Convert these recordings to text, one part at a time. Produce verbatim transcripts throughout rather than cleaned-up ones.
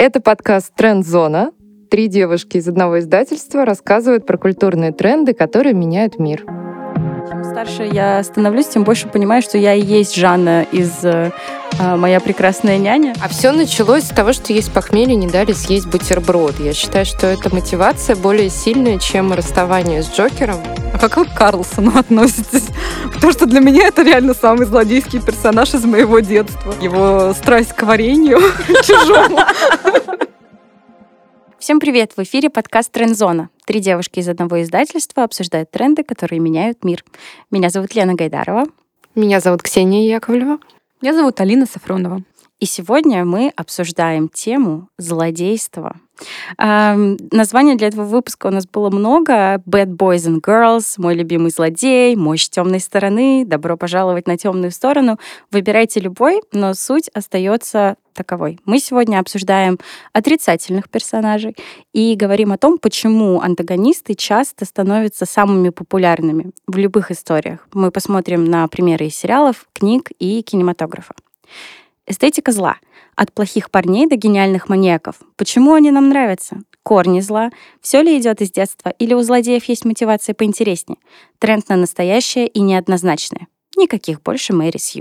Это подкаст «Тренд-зона». Три девушки из одного издательства рассказывают про культурные тренды, которые меняют мир. Чем старше я становлюсь, тем больше понимаю, что я и есть Жанна из э, «Моя прекрасная няня». А все началось с того, что есть похмелье, не дали съесть бутерброд. Я считаю, что эта мотивация более сильная, чем расставание с Джокером. А как вы к Карлсону относитесь? Потому что для меня это реально самый злодейский персонаж из моего детства. Его страсть к варенью чужому. Всем привет! В эфире подкаст «Тренд-зона». Три девушки из одного издательства обсуждают тренды, которые меняют мир. Меня зовут Лена Гайдарова. Меня зовут Ксения Яковлева. Меня зовут Алина Сафронова. И сегодня мы обсуждаем тему злодейства. Эм, названий для этого выпуска у нас было много. Bad Boys and Girls, Мой любимый злодей, Мощь темной стороны, Добро пожаловать на темную сторону. Выбирайте любой, но суть остается таковой. Мы сегодня обсуждаем отрицательных персонажей и говорим о том, почему антагонисты часто становятся самыми популярными в любых историях. Мы посмотрим на примеры из сериалов, книг и кинематографа. Эстетика зла. От плохих парней до гениальных маньяков. Почему они нам нравятся? Корни зла. Все ли идет из детства? Или у злодеев есть мотивация поинтереснее? Тренд на настоящее и неоднозначное. Никаких больше Мэри Сью.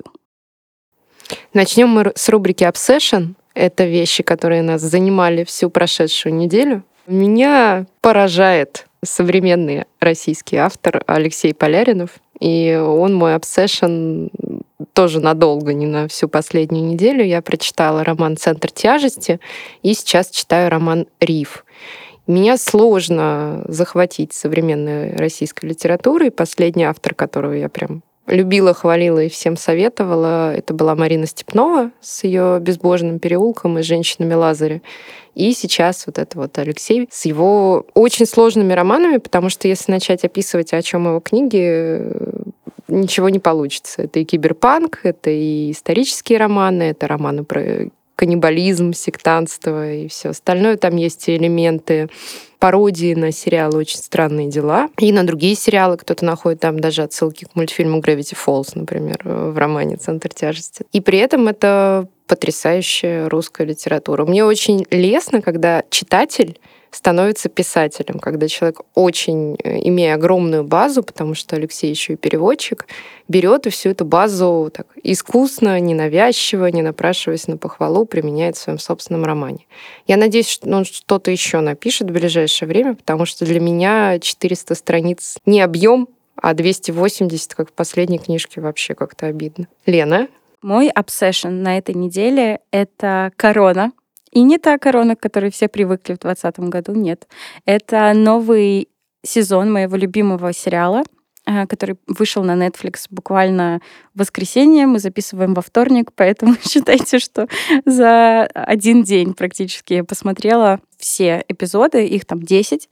Начнем мы с рубрики «Obsession». Это вещи, которые нас занимали всю прошедшую неделю. Меня поражает современный российский автор Алексей Поляринов. И он мой obsession тоже надолго, не на всю последнюю неделю. Я прочитала роман «Центр тяжести» и сейчас читаю роман «Риф». Меня сложно захватить современной российской литературой. Последний автор, которого я прям любила, хвалила и всем советовала, это была Марина Степнова с ее «Безбожным переулком» и «Женщинами Лазаря». И сейчас вот это вот Алексей с его очень сложными романами, потому что если начать описывать, о чем его книги, ничего не получится. Это и киберпанк, это и исторические романы, это романы про каннибализм, сектантство и все остальное. Там есть элементы пародии на сериалы «Очень странные дела» и на другие сериалы. Кто-то находит там даже отсылки к мультфильму «Gravity Falls», например, в романе «Центр тяжести». И при этом это потрясающая русская литература. Мне очень лестно, когда читатель становится писателем, когда человек, очень имея огромную базу, потому что Алексей еще и переводчик, берет и всю эту базу так искусно, ненавязчиво, не напрашиваясь на похвалу, применяет в своем собственном романе. Я надеюсь, что он что-то еще напишет в ближайшее время, потому что для меня четыреста страниц не объем, а двести восемьдесят, как в последней книжке, вообще как-то обидно. Лена? Мой obsession на этой неделе — это «Корона». И не та корона, к которой все привыкли в двадцатом году, нет. Это новый сезон моего любимого сериала, который вышел на Netflix буквально в воскресенье. Мы записываем во вторник, поэтому считайте, что за один день практически я посмотрела все эпизоды, их там десять,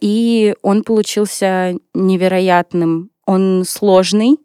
и он получился невероятным. Он сложный,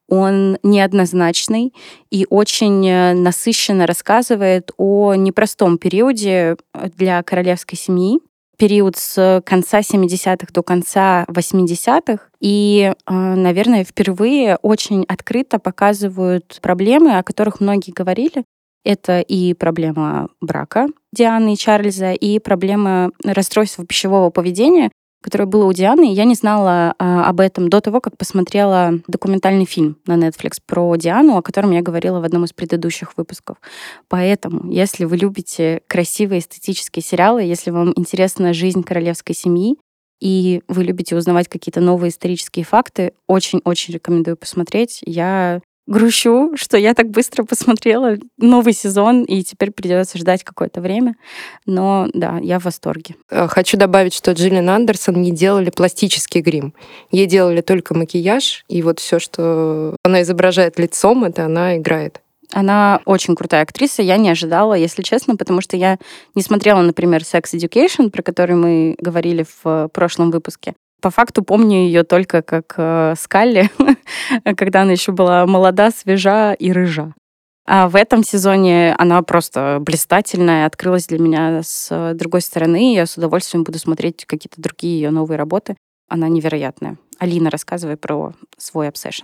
он неоднозначный и очень насыщенно рассказывает о непростом периоде для королевской семьи. Период с конца семидесятых до конца восьмидесятых. И, наверное, впервые очень открыто показывают проблемы, о которых многие говорили. Это и проблема брака Дианы и Чарльза, и проблема расстройства пищевого поведения, которое было у Дианы. Я не знала а, об этом до того, как посмотрела документальный фильм на Netflix про Диану, о котором я говорила в одном из предыдущих выпусков. Поэтому, если вы любите красивые эстетические сериалы, если вам интересна жизнь королевской семьи, и вы любите узнавать какие-то новые исторические факты, очень-очень рекомендую посмотреть. Я грущу, что я так быстро посмотрела новый сезон, и теперь придется ждать какое-то время. Но да, я в восторге. Хочу добавить, что Джиллиан Андерсон не делали пластический грим. Ей делали только макияж, и вот все, что она изображает лицом, это она играет. Она очень крутая актриса, я не ожидала, если честно, потому что я не смотрела, например, Sex Education, про который мы говорили в прошлом выпуске. По факту помню ее только как э, Скалли, когда она еще была молода, свежа и рыжа. А в этом сезоне она просто блистательная, открылась для меня с другой стороны. Я с удовольствием буду смотреть какие-то другие ее новые работы. Она невероятная. Алина, рассказывай про свой obsession.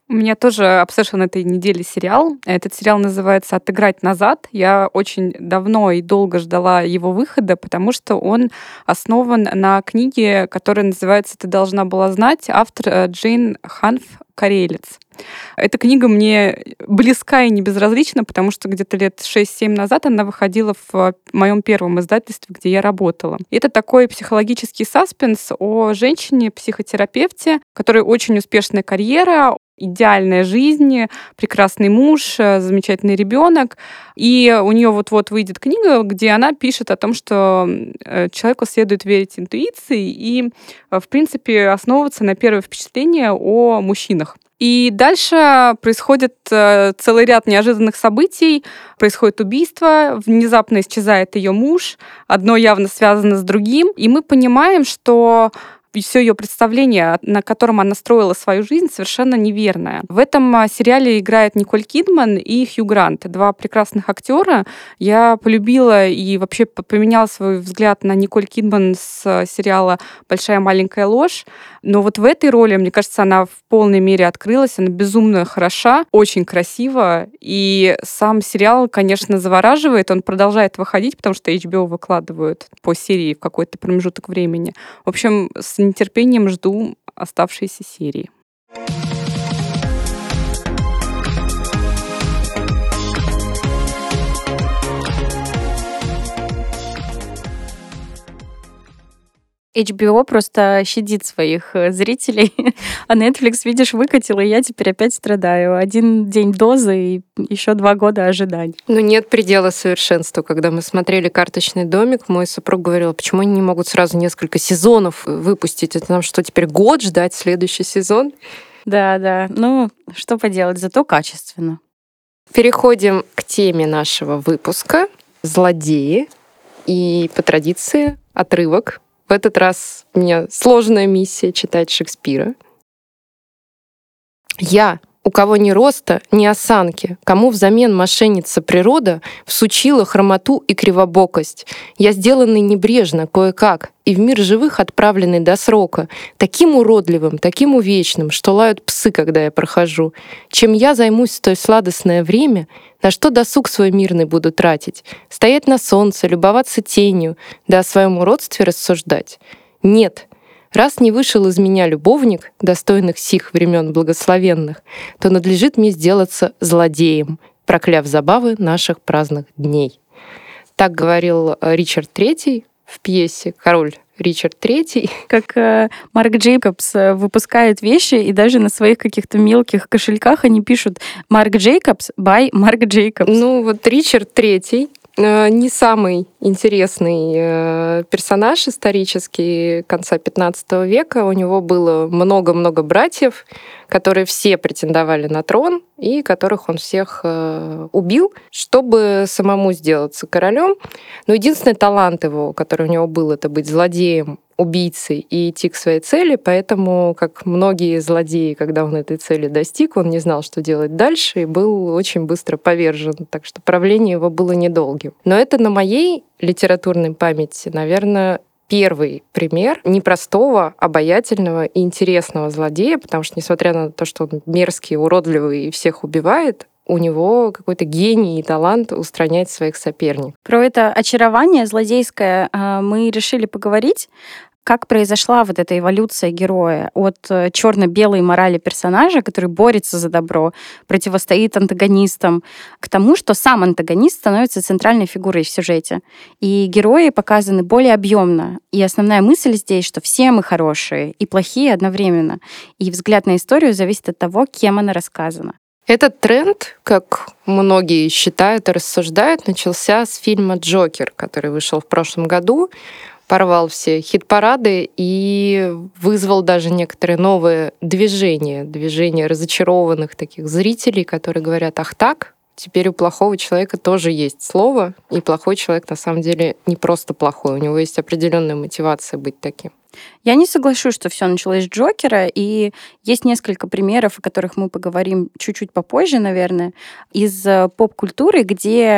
У меня тоже обсессион этой недели сериал. Этот сериал называется «Отыграть назад». Я очень давно и долго ждала его выхода, потому что он основан на книге, которая называется «Ты должна была знать», автор Джейн Ханф Карелец. Эта книга мне близка и не безразлична, потому что где-то лет шесть-семь назад она выходила в моем первом издательстве, где я работала. Это такой психологический саспенс о женщине-психотерапевте, у которой очень успешная карьера, идеальная жизнь, прекрасный муж, замечательный ребенок. И у нее вот-вот выйдет книга, где она пишет о том, что человеку следует верить интуиции и, в принципе, основываться на первое впечатление о мужчинах. И дальше происходит целый ряд неожиданных событий. Происходит убийство, внезапно исчезает ее муж, одно явно связано с другим. И мы понимаем, что все ее представление, на котором она строила свою жизнь, совершенно неверное. В этом сериале играет Николь Кидман и Хью Грант, два прекрасных актера. Я полюбила и вообще поменяла свой взгляд на Николь Кидман с сериала «Большая маленькая ложь». Но вот в этой роли, мне кажется, она в полной мере открылась. Она безумно хороша, очень красива. И сам сериал, конечно, завораживает. Он продолжает выходить, потому что эйч би о выкладывают по серии в какой-то промежуток времени. В общем, с нетерпением жду оставшиеся серии. эйч би о просто щадит своих зрителей, а Netflix, видишь, выкатил, и я теперь опять страдаю. Один день дозы и еще два года ожиданий. Ну, нет предела совершенству. Когда мы смотрели «Карточный домик», мой супруг говорил, почему они не могут сразу несколько сезонов выпустить? Это нам что, теперь год ждать следующий сезон? Да, да. Ну, что поделать, зато качественно. Переходим к теме нашего выпуска. Злодеи. И по традиции отрывок. В этот раз у меня сложная миссия читать Шекспира. Я, у кого ни роста, ни осанки, кому взамен мошенница природа всучила хромоту и кривобокость. Я сделанный небрежно, кое-как, и в мир живых отправленный до срока, таким уродливым, таким увечным, что лают псы, когда я прохожу. Чем я займусь в то сладостное время, на что досуг свой мирный буду тратить? Стоять на солнце, любоваться тенью, да о своем уродстве рассуждать? Нет. Раз не вышел из меня любовник, достойных сих времен благословенных, то надлежит мне сделаться злодеем, прокляв забавы наших праздных дней. Так говорил Ричард Третий в пьесе «Король Ричард Третий». Как э, Марк Джейкобс выпускает вещи, и даже на своих каких-то мелких кошельках они пишут «Марк Джейкобс by Марк Джейкобс». Ну вот Ричард Третий не самый интересный персонаж исторический конца пятнадцатого века. У него было много-много братьев, которые все претендовали на трон и которых он всех убил, чтобы самому сделаться королем. Но единственный талант его, который у него был, это быть злодеем, убийцей и идти к своей цели, поэтому, как многие злодеи, когда он этой цели достиг, он не знал, что делать дальше, и был очень быстро повержен, так что правление его было недолгим. Но это на моей литературной памяти, наверное, первый пример непростого, обаятельного и интересного злодея, потому что, несмотря на то, что он мерзкий, уродливый и всех убивает, у него какой-то гений и талант устранять своих соперников. Про это очарование злодейское мы решили поговорить. Как произошла вот эта эволюция героя от черно-белой морали персонажа, который борется за добро, противостоит антагонистам, к тому, что сам антагонист становится центральной фигурой в сюжете. И герои показаны более объемно. И основная мысль здесь, что все мы хорошие и плохие одновременно. И взгляд на историю зависит от того, кем она рассказана. Этот тренд, как многие считают и рассуждают, начался с фильма «Джокер», который вышел в прошлом году, порвал все хит-парады и вызвал даже некоторые новые движения, движения разочарованных таких зрителей, которые говорят: «Ах так, теперь у плохого человека тоже есть слово, и плохой человек на самом деле не просто плохой, у него есть определенная мотивация быть таким». Я не соглашусь, что все началось с Джокера, и есть несколько примеров, о которых мы поговорим чуть-чуть попозже, наверное, из поп-культуры, где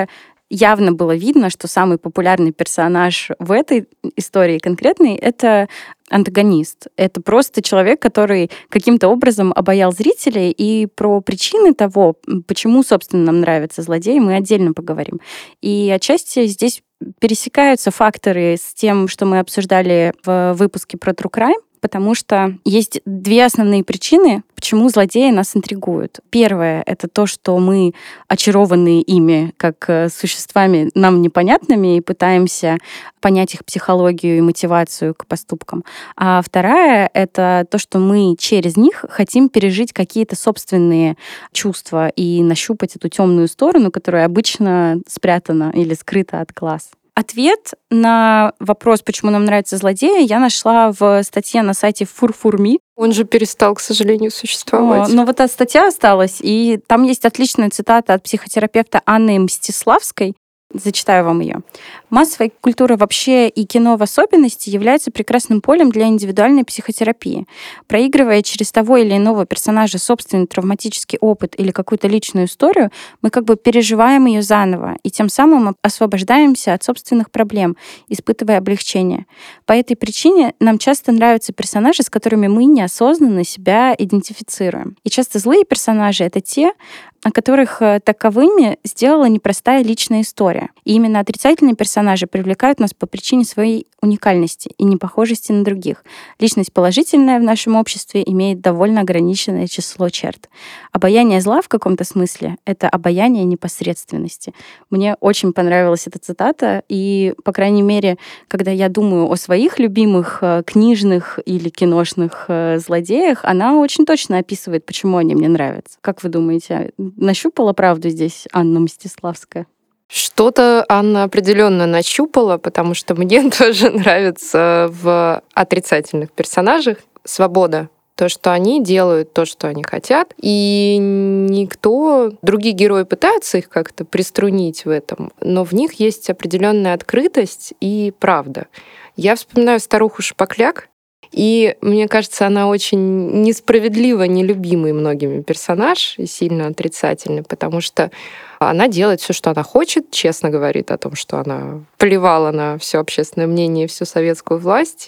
явно было видно, что самый популярный персонаж в этой истории конкретной — это антагонист. Это просто человек, который каким-то образом обаял зрителей, и про причины того, почему, собственно, нам нравятся злодеи, мы отдельно поговорим. И отчасти здесь пересекаются факторы с тем, что мы обсуждали в выпуске про True Crime, потому что есть две основные причины, почему злодеи нас интригуют. Первое — это то, что мы очарованы ими как существами нам непонятными и пытаемся понять их психологию и мотивацию к поступкам. А вторая — это то, что мы через них хотим пережить какие-то собственные чувства и нащупать эту темную сторону, которая обычно спрятана или скрыта от глаз. Ответ на вопрос, почему нам нравятся злодеи, я нашла в статье на сайте фур-фур-ми. Он же перестал, к сожалению, существовать. О, но вот эта статья осталась, и там есть отличная цитата от психотерапевта Анны Мстиславской. Зачитаю вам ее. Массовая культура вообще и кино в особенности является прекрасным полем для индивидуальной психотерапии. Проигрывая через того или иного персонажа собственный травматический опыт или какую-то личную историю, мы как бы переживаем ее заново и тем самым освобождаемся от собственных проблем, испытывая облегчение. По этой причине нам часто нравятся персонажи, с которыми мы неосознанно себя идентифицируем. И часто злые персонажи — это те, о которых таковыми сделала непростая личная история. И именно отрицательные персонажи привлекают нас по причине своей уникальности и непохожести на других. Личность положительная в нашем обществе имеет довольно ограниченное число черт. Обаяние зла в каком-то смысле — это обаяние непосредственности. Мне очень понравилась эта цитата, и, по крайней мере, когда я думаю о своих любимых книжных или киношных злодеях, она очень точно описывает, почему они мне нравятся. Как вы думаете, нащупала правду здесь Анна Мстиславская? Что-то Анна определенно нащупала, потому что мне тоже нравится в отрицательных персонажах свобода. То, что они делают, то, что они хотят. И никто... Другие герои пытаются их как-то приструнить в этом, но в них есть определенная открытость и правда. Я вспоминаю старуху Шапокляк, и мне кажется, она очень несправедливо нелюбимый многими персонаж и сильно отрицательный, потому что она делает все, что она хочет, честно говорит о том, что она плевала на все общественное мнение и всю советскую власть,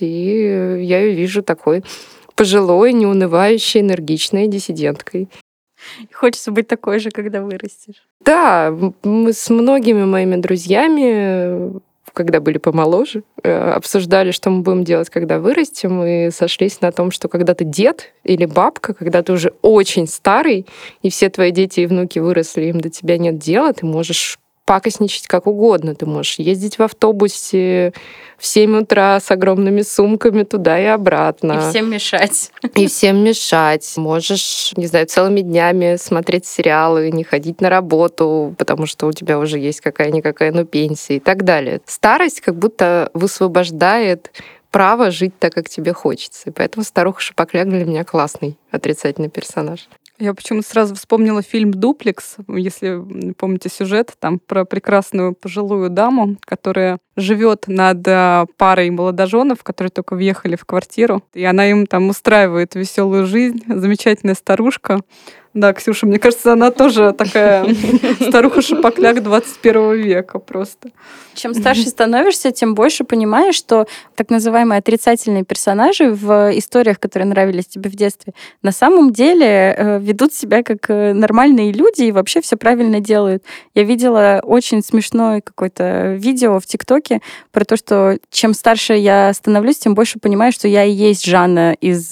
и я ее вижу такой пожилой, неунывающей, энергичной диссиденткой. Хочется быть такой же, когда вырастешь. Да, мы с многими моими друзьями, когда были помоложе, обсуждали, что мы будем делать, когда вырастем, и сошлись на том, что когда ты дед или бабка, когда ты уже очень старый, и все твои дети и внуки выросли, им до тебя нет дела, ты можешь пакостничать как угодно. Ты можешь ездить в автобусе в семь утра с огромными сумками туда и обратно. И всем мешать. И всем мешать. Можешь, не знаю, целыми днями смотреть сериалы, не ходить на работу, потому что у тебя уже есть какая-никакая, ну, пенсия и так далее. Старость как будто высвобождает право жить так, как тебе хочется. И поэтому старуха Шапокляк для меня классный отрицательный персонаж. Я почему-то сразу вспомнила фильм «Дуплекс», если помните сюжет, там про прекрасную пожилую даму, которая живет над парой молодоженов, которые только въехали в квартиру, и она им там устраивает веселую жизнь. Замечательная старушка. Да, Ксюша, мне кажется, она тоже такая старуха-шапокляк двадцать первого века просто. Чем старше становишься, тем больше понимаешь, что так называемые отрицательные персонажи в историях, которые нравились тебе в детстве, на самом деле ведут себя как нормальные люди и вообще все правильно делают. Я видела очень смешное какое-то видео в ТикТоке про то, что чем старше я становлюсь, тем больше понимаю, что я и есть Жанна из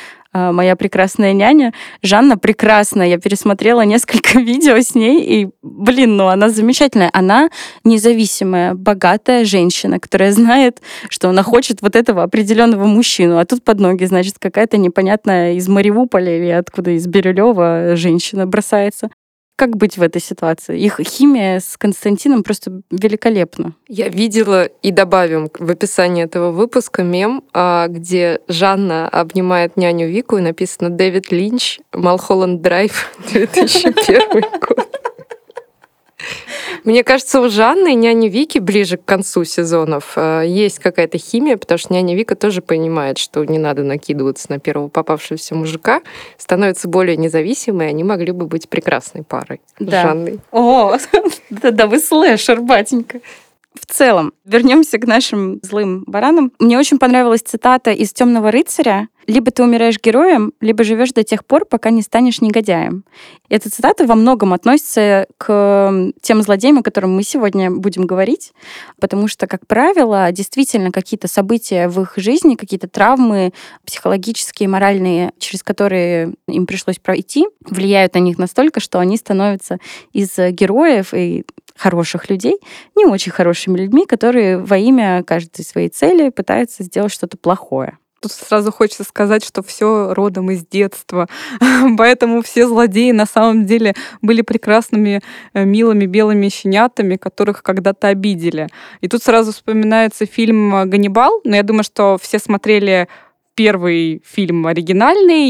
«Моя прекрасная няня». Жанна прекрасная. Я пересмотрела несколько видео с ней, и, блин, ну она замечательная. Она независимая, богатая женщина, которая знает, что она хочет вот этого определенного мужчину. А тут под ноги, значит, какая-то непонятная из Мариуполя или откуда, из Бирюлева женщина бросается. Как быть в этой ситуации? Их химия с Константином просто великолепна. Я видела, и добавим в описании этого выпуска мем, где Жанна обнимает няню Вику, и написано «Дэвид Линч, Малхолланд Драйв, две тысячи первый год». Мне кажется, у Жанны и няни Вики ближе к концу сезонов есть какая-то химия, потому что няня Вика тоже понимает, что не надо накидываться на первого попавшегося мужика, становится более независимой, они могли бы быть прекрасной парой Да. с Жанной. О, да вы слэшер, батенька. В целом, вернемся к нашим злым баранам. Мне очень понравилась цитата из «Темного рыцаря». «Либо ты умираешь героем, либо живешь до тех пор, пока не станешь негодяем». Эта цитата во многом относится к тем злодеям, о которых мы сегодня будем говорить, потому что, как правило, действительно какие-то события в их жизни, какие-то травмы психологические, моральные, через которые им пришлось пройти, влияют на них настолько, что они становятся из героев и хороших людей не очень хорошими людьми, которые во имя каждой своей цели пытаются сделать что-то плохое. Тут сразу хочется сказать, что все родом из детства. Поэтому все злодеи на самом деле были прекрасными, милыми белыми щенятами, которых когда-то обидели. И тут сразу вспоминается фильм «Ганнибал». Но я думаю, что все смотрели первый фильм оригинальный,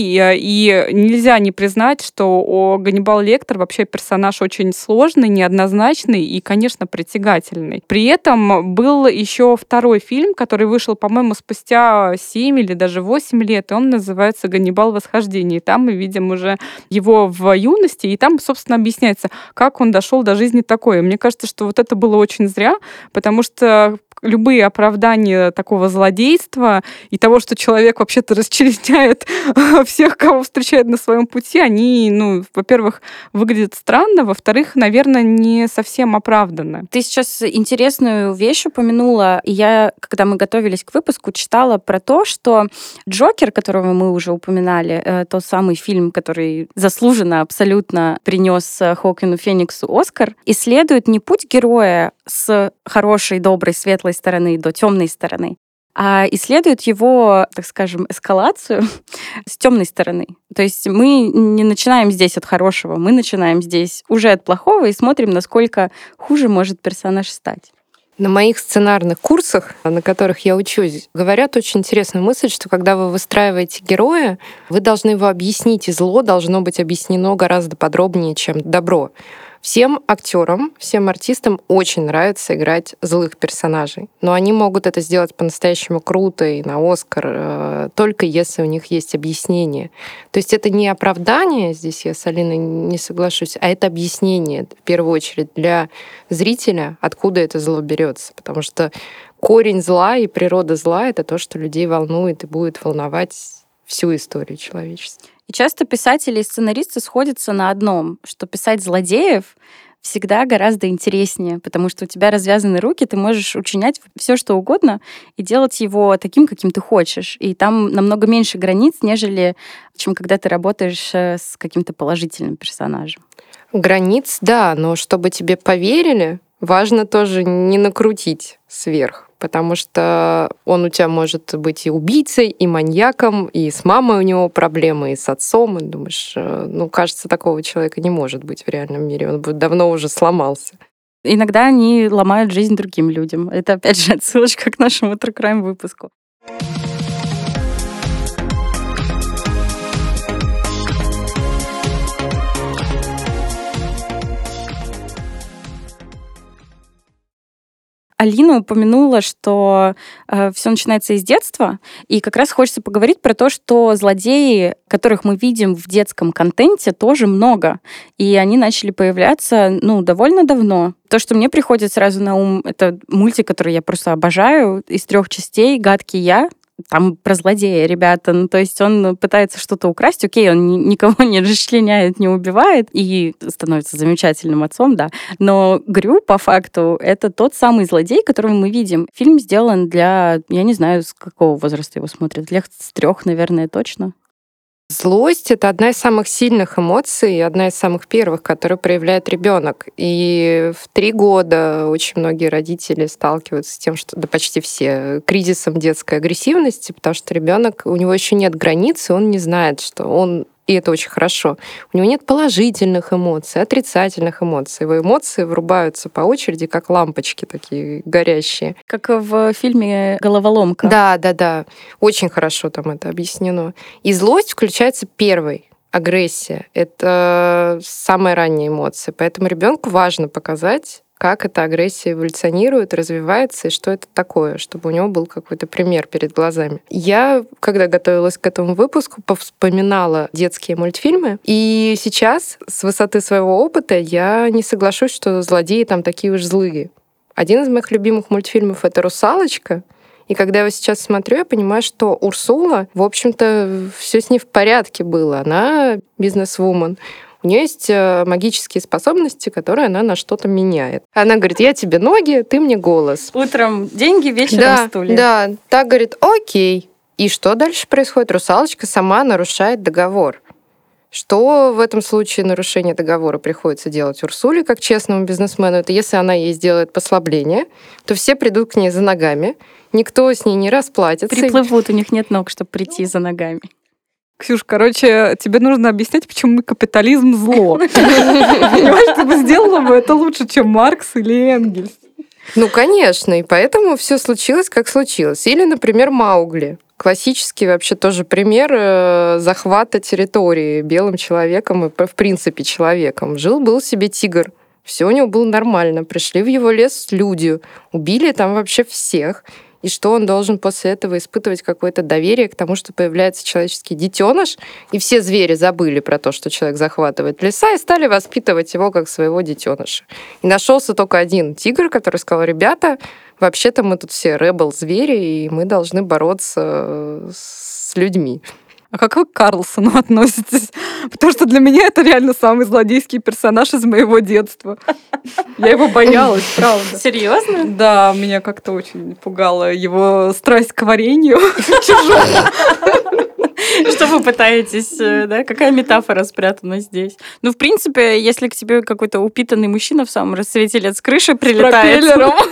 и нельзя не признать, что о Ганнибал Лектор вообще персонаж очень сложный, неоднозначный и, конечно, притягательный. При этом был еще второй фильм, который вышел, по-моему, спустя семь или даже восемь лет, и он называется «Ганнибал. Восхождение». И там мы видим уже его в юности, и там, собственно, объясняется, как он дошел до жизни такой. И мне кажется, что вот это было очень зря, потому что любые оправдания такого злодейства и того, что человек вообще-то расчленяет всех, кого встречает на своем пути, они, ну, во-первых, выглядят странно, во-вторых, наверное, не совсем оправданно. Ты сейчас интересную вещь упомянула, и я, когда мы готовились к выпуску, читала про то, что «Джокер», которого мы уже упоминали, тот самый фильм, который заслуженно абсолютно принес Хоакину Фениксу Оскар, исследует не путь героя с хорошей, доброй, светлой стороны до темной стороны, а исследует его, так скажем, эскалацию с темной стороны. То есть мы не начинаем здесь от хорошего, мы начинаем здесь уже от плохого и смотрим, насколько хуже может персонаж стать. На моих сценарных курсах, на которых я учусь, говорят очень интересную мысль, что когда вы выстраиваете героя, вы должны его объяснить, и зло должно быть объяснено гораздо подробнее, чем добро. Всем актерам, всем артистам очень нравится играть злых персонажей, но они могут это сделать по-настоящему круто и на Оскар, э, только если у них есть объяснение. То есть это не оправдание, здесь я с Алиной не соглашусь, а это объяснение, в первую очередь, для зрителя, откуда это зло берется, потому что корень зла и природа зла — это то, что людей волнует и будет волновать всю историю человечества. И часто писатели и сценаристы сходятся на одном, что писать злодеев всегда гораздо интереснее, потому что у тебя развязаны руки, ты можешь учинять все, что угодно, и делать его таким, каким ты хочешь. И там намного меньше границ, нежели чем когда ты работаешь с каким-то положительным персонажем. Границ, да, но чтобы тебе поверили, важно тоже не накрутить сверх, потому что он у тебя может быть и убийцей, и маньяком, и с мамой у него проблемы, и с отцом. И думаешь, ну, кажется, такого человека не может быть в реальном мире. Он бы давно уже сломался. Иногда они ломают жизнь другим людям. Это, опять же, отсылочка к нашему True Crime выпуску. Алина упомянула, что э, все начинается из детства, и как раз хочется поговорить про то, что злодеи, которых мы видим в детском контенте, тоже много, и они начали появляться, ну, довольно давно. То, что мне приходит сразу на ум, это мультик, который я просто обожаю, из трех частей «Гадкий я». Там про злодея, ребята. Ну, то есть он пытается что-то украсть. Окей, он ни- никого не расчленяет, не убивает и становится замечательным отцом, да. Но Грю, по факту, это тот самый злодей, которого мы видим. Фильм сделан для... Я не знаю, с какого возраста его смотрят. Лет с трех, наверное, точно. Злость — это одна из самых сильных эмоций, одна из самых первых, которую проявляет ребенок. И в три года очень многие родители сталкиваются с тем, что, да почти все, кризисом детской агрессивности, потому что ребенок, у него еще нет границ, и он не знает, что он, и это очень хорошо, у него нет положительных эмоций, отрицательных эмоций. Его эмоции врубаются по очереди, как лампочки такие горящие. Как в фильме «Головоломка». Да, да, да. Очень хорошо там это объяснено. И злость включается первой. Агрессия — это самая ранняя эмоция. Поэтому ребенку важно показать как эта агрессия эволюционирует, развивается, и что это такое, чтобы у него был какой-то пример перед глазами. Я, когда готовилась к этому выпуску, повспоминала детские мультфильмы, и сейчас, с высоты своего опыта, я не соглашусь, что злодеи там такие уж злые. Один из моих любимых мультфильмов — это «Русалочка», и когда я его сейчас смотрю, я понимаю, что Урсула, в общем-то, все с ней в порядке было. Она бизнес-вумен. У нее есть магические способности, которые она на что-то меняет. Она говорит: я тебе ноги, ты мне голос. Утром деньги, вечером да, стулья. Да, так говорит: окей. И что дальше происходит? Русалочка сама нарушает договор. Что в этом случае нарушение договора приходится делать Урсуле, как честному бизнесмену? Это если она ей сделает послабление, то все придут к ней за ногами, никто с ней не расплатится. Приплывут, у них нет ног, чтобы прийти за ногами. Ксюш, короче, тебе нужно объяснять, почему капитализм зло. Понимаешь, ты бы сделала бы это лучше, чем Маркс или Энгельс. Ну, конечно, и поэтому все случилось, как случилось. Или, например, Маугли. Классический вообще тоже пример захвата территории белым человеком и, в принципе, человеком. Жил-был себе тигр. Все у него было нормально. Пришли в его лес люди, убили там вообще всех. И что он должен после этого испытывать какое-то доверие к тому, что появляется человеческий детеныш, и все звери забыли про то, что человек захватывает леса, и стали воспитывать его как своего детеныша. И нашелся только один тигр, который сказал: ребята, вообще-то мы тут все ребел-звери, и мы должны бороться с людьми. А как вы к Карлсону относитесь? Потому что для меня это реально самый злодейский персонаж из моего детства. Я его боялась, правда. Серьезно? Да, меня как-то очень пугала его страсть к варенью чужому. Что вы пытаетесь, да? Какая метафора спрятана здесь? Ну, в принципе, если к тебе какой-то упитанный мужчина в самом расцвете лет с крыши прилетает...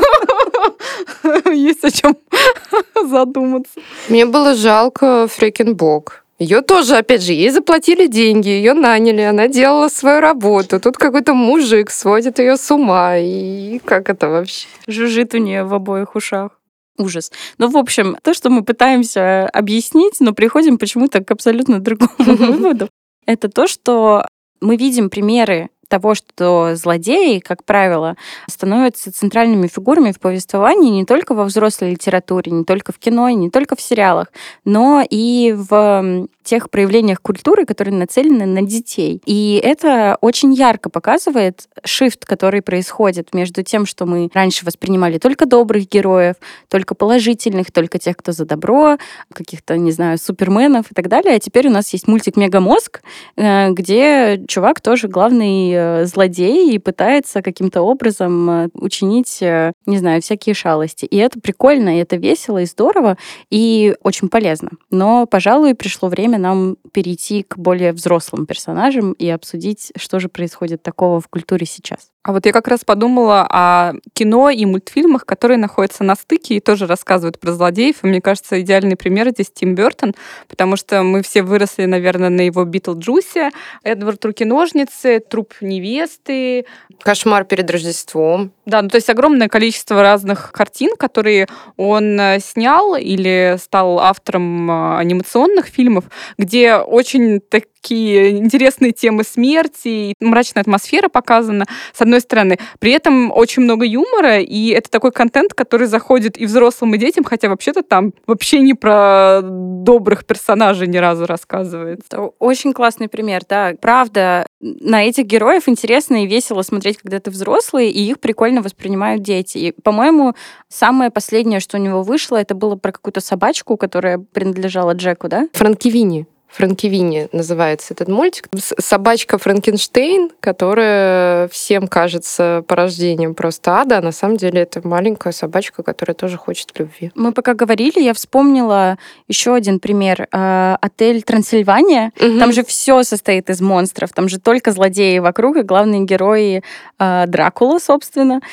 Есть о чем задуматься. Мне было жалко Фрекенбок. Ее тоже, опять же, ей заплатили деньги, ее наняли, она делала свою работу. Тут какой-то мужик сводит ее с ума. И как это вообще? Жужжит у нее в обоих ушах. Ужас. Ну, в общем, то, что мы пытаемся объяснить, но приходим почему-то к абсолютно другому выводу, это то, что мы видим примеры того, что злодеи, как правило, становятся центральными фигурами в повествовании не только во взрослой литературе, не только в кино, не только в сериалах, но и в тех проявлениях культуры, которые нацелены на детей. И это очень ярко показывает шифт, который происходит между тем, что мы раньше воспринимали только добрых героев, только положительных, только тех, кто за добро, каких-то, не знаю, суперменов и так далее. А теперь у нас есть мультик «Мегамозг», где чувак тоже главный злодей и пытается каким-то образом учинить, не знаю, всякие шалости. И это прикольно, и это весело, и здорово, и очень полезно. Но, пожалуй, пришло время нам перейти к более взрослым персонажам и обсудить, что же происходит такого в культуре сейчас. А вот я как раз подумала о кино и мультфильмах, которые находятся на стыке и тоже рассказывают про злодеев. И мне кажется, идеальный пример здесь Тим Бёртон, потому что мы все выросли, наверное, на его «Битлджусе», «Эдвард Руки-ножницы», «Труп невесты». «Кошмар перед Рождеством». Да, ну то есть огромное количество разных картин, которые он снял или стал автором анимационных фильмов, где очень такие интересные темы смерти, мрачная атмосфера показана, с одной стороны. При этом очень много юмора, и это такой контент, который заходит и взрослым, и детям, хотя вообще-то там вообще не про добрых персонажей ни разу рассказывает. Это очень классный пример, да. Правда, на этих героев интересно и весело смотреть, когда ты взрослый, и их прикольно воспринимают дети. И, по-моему, самое последнее, что у него вышло, это было про какую-то собачку, которая принадлежала Джеку, да? Франкевини. Франкевини называется этот мультик. Собачка Франкенштейн, которая всем кажется порождением просто ада, а на самом деле это маленькая собачка, которая тоже хочет любви. Мы пока говорили, я вспомнила еще один пример. Отель Трансильвания. Угу. Там же все состоит из монстров. Там же только злодеи вокруг, и главные герои Дракула, собственно.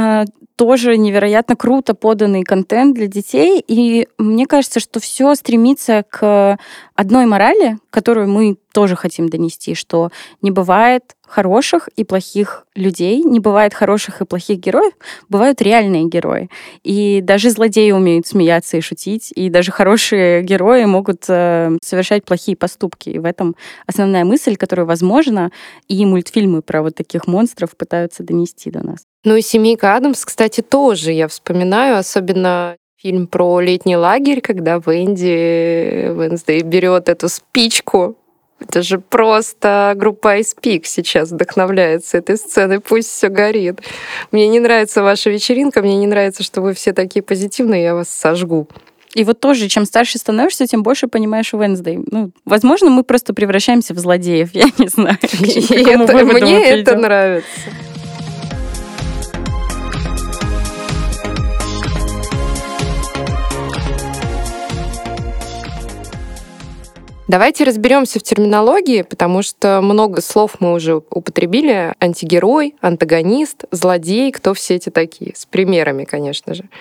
Тоже невероятно круто поданный контент для детей. И мне кажется, что все стремится к одной морали, которую мы тоже хотим донести, что не бывает хороших и плохих людей, не бывает хороших и плохих героев, бывают реальные герои. И даже злодеи умеют смеяться и шутить, и даже хорошие герои могут э, совершать плохие поступки. И в этом основная мысль, которую, возможно, и мультфильмы про вот таких монстров пытаются донести до нас. Ну и «Семейка Адамс», кстати, тоже я вспоминаю, особенно фильм про летний лагерь, когда Венди, Венсдей берет эту спичку. Это же просто группа Ice Peak сейчас вдохновляется этой сценой. Пусть все горит. Мне не нравится ваша вечеринка, мне не нравится, что вы все такие позитивные, я вас сожгу. И вот тоже, чем старше становишься, тем больше понимаешь Wednesday. Ну, возможно, мы просто превращаемся в злодеев, я не знаю. Мне это нравится. Давайте разберемся в терминологии, потому что много слов мы уже употребили. Антигерой, антагонист, злодей, кто все эти такие. С примерами, конечно же.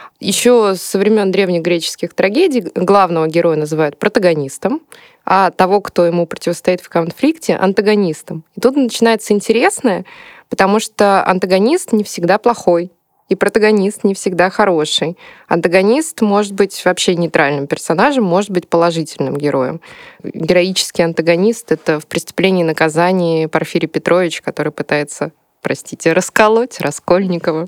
Еще со времен древнегреческих трагедий главного героя называют протагонистом, а того, кто ему противостоит в конфликте, антагонистом. И тут начинается интересное, потому что антагонист не всегда плохой. И протагонист не всегда хороший. Антагонист может быть вообще нейтральным персонажем, может быть положительным героем. Героический антагонист — это в «Преступлении и наказании» Порфирий Петрович, который пытается, простите, расколоть Раскольникова.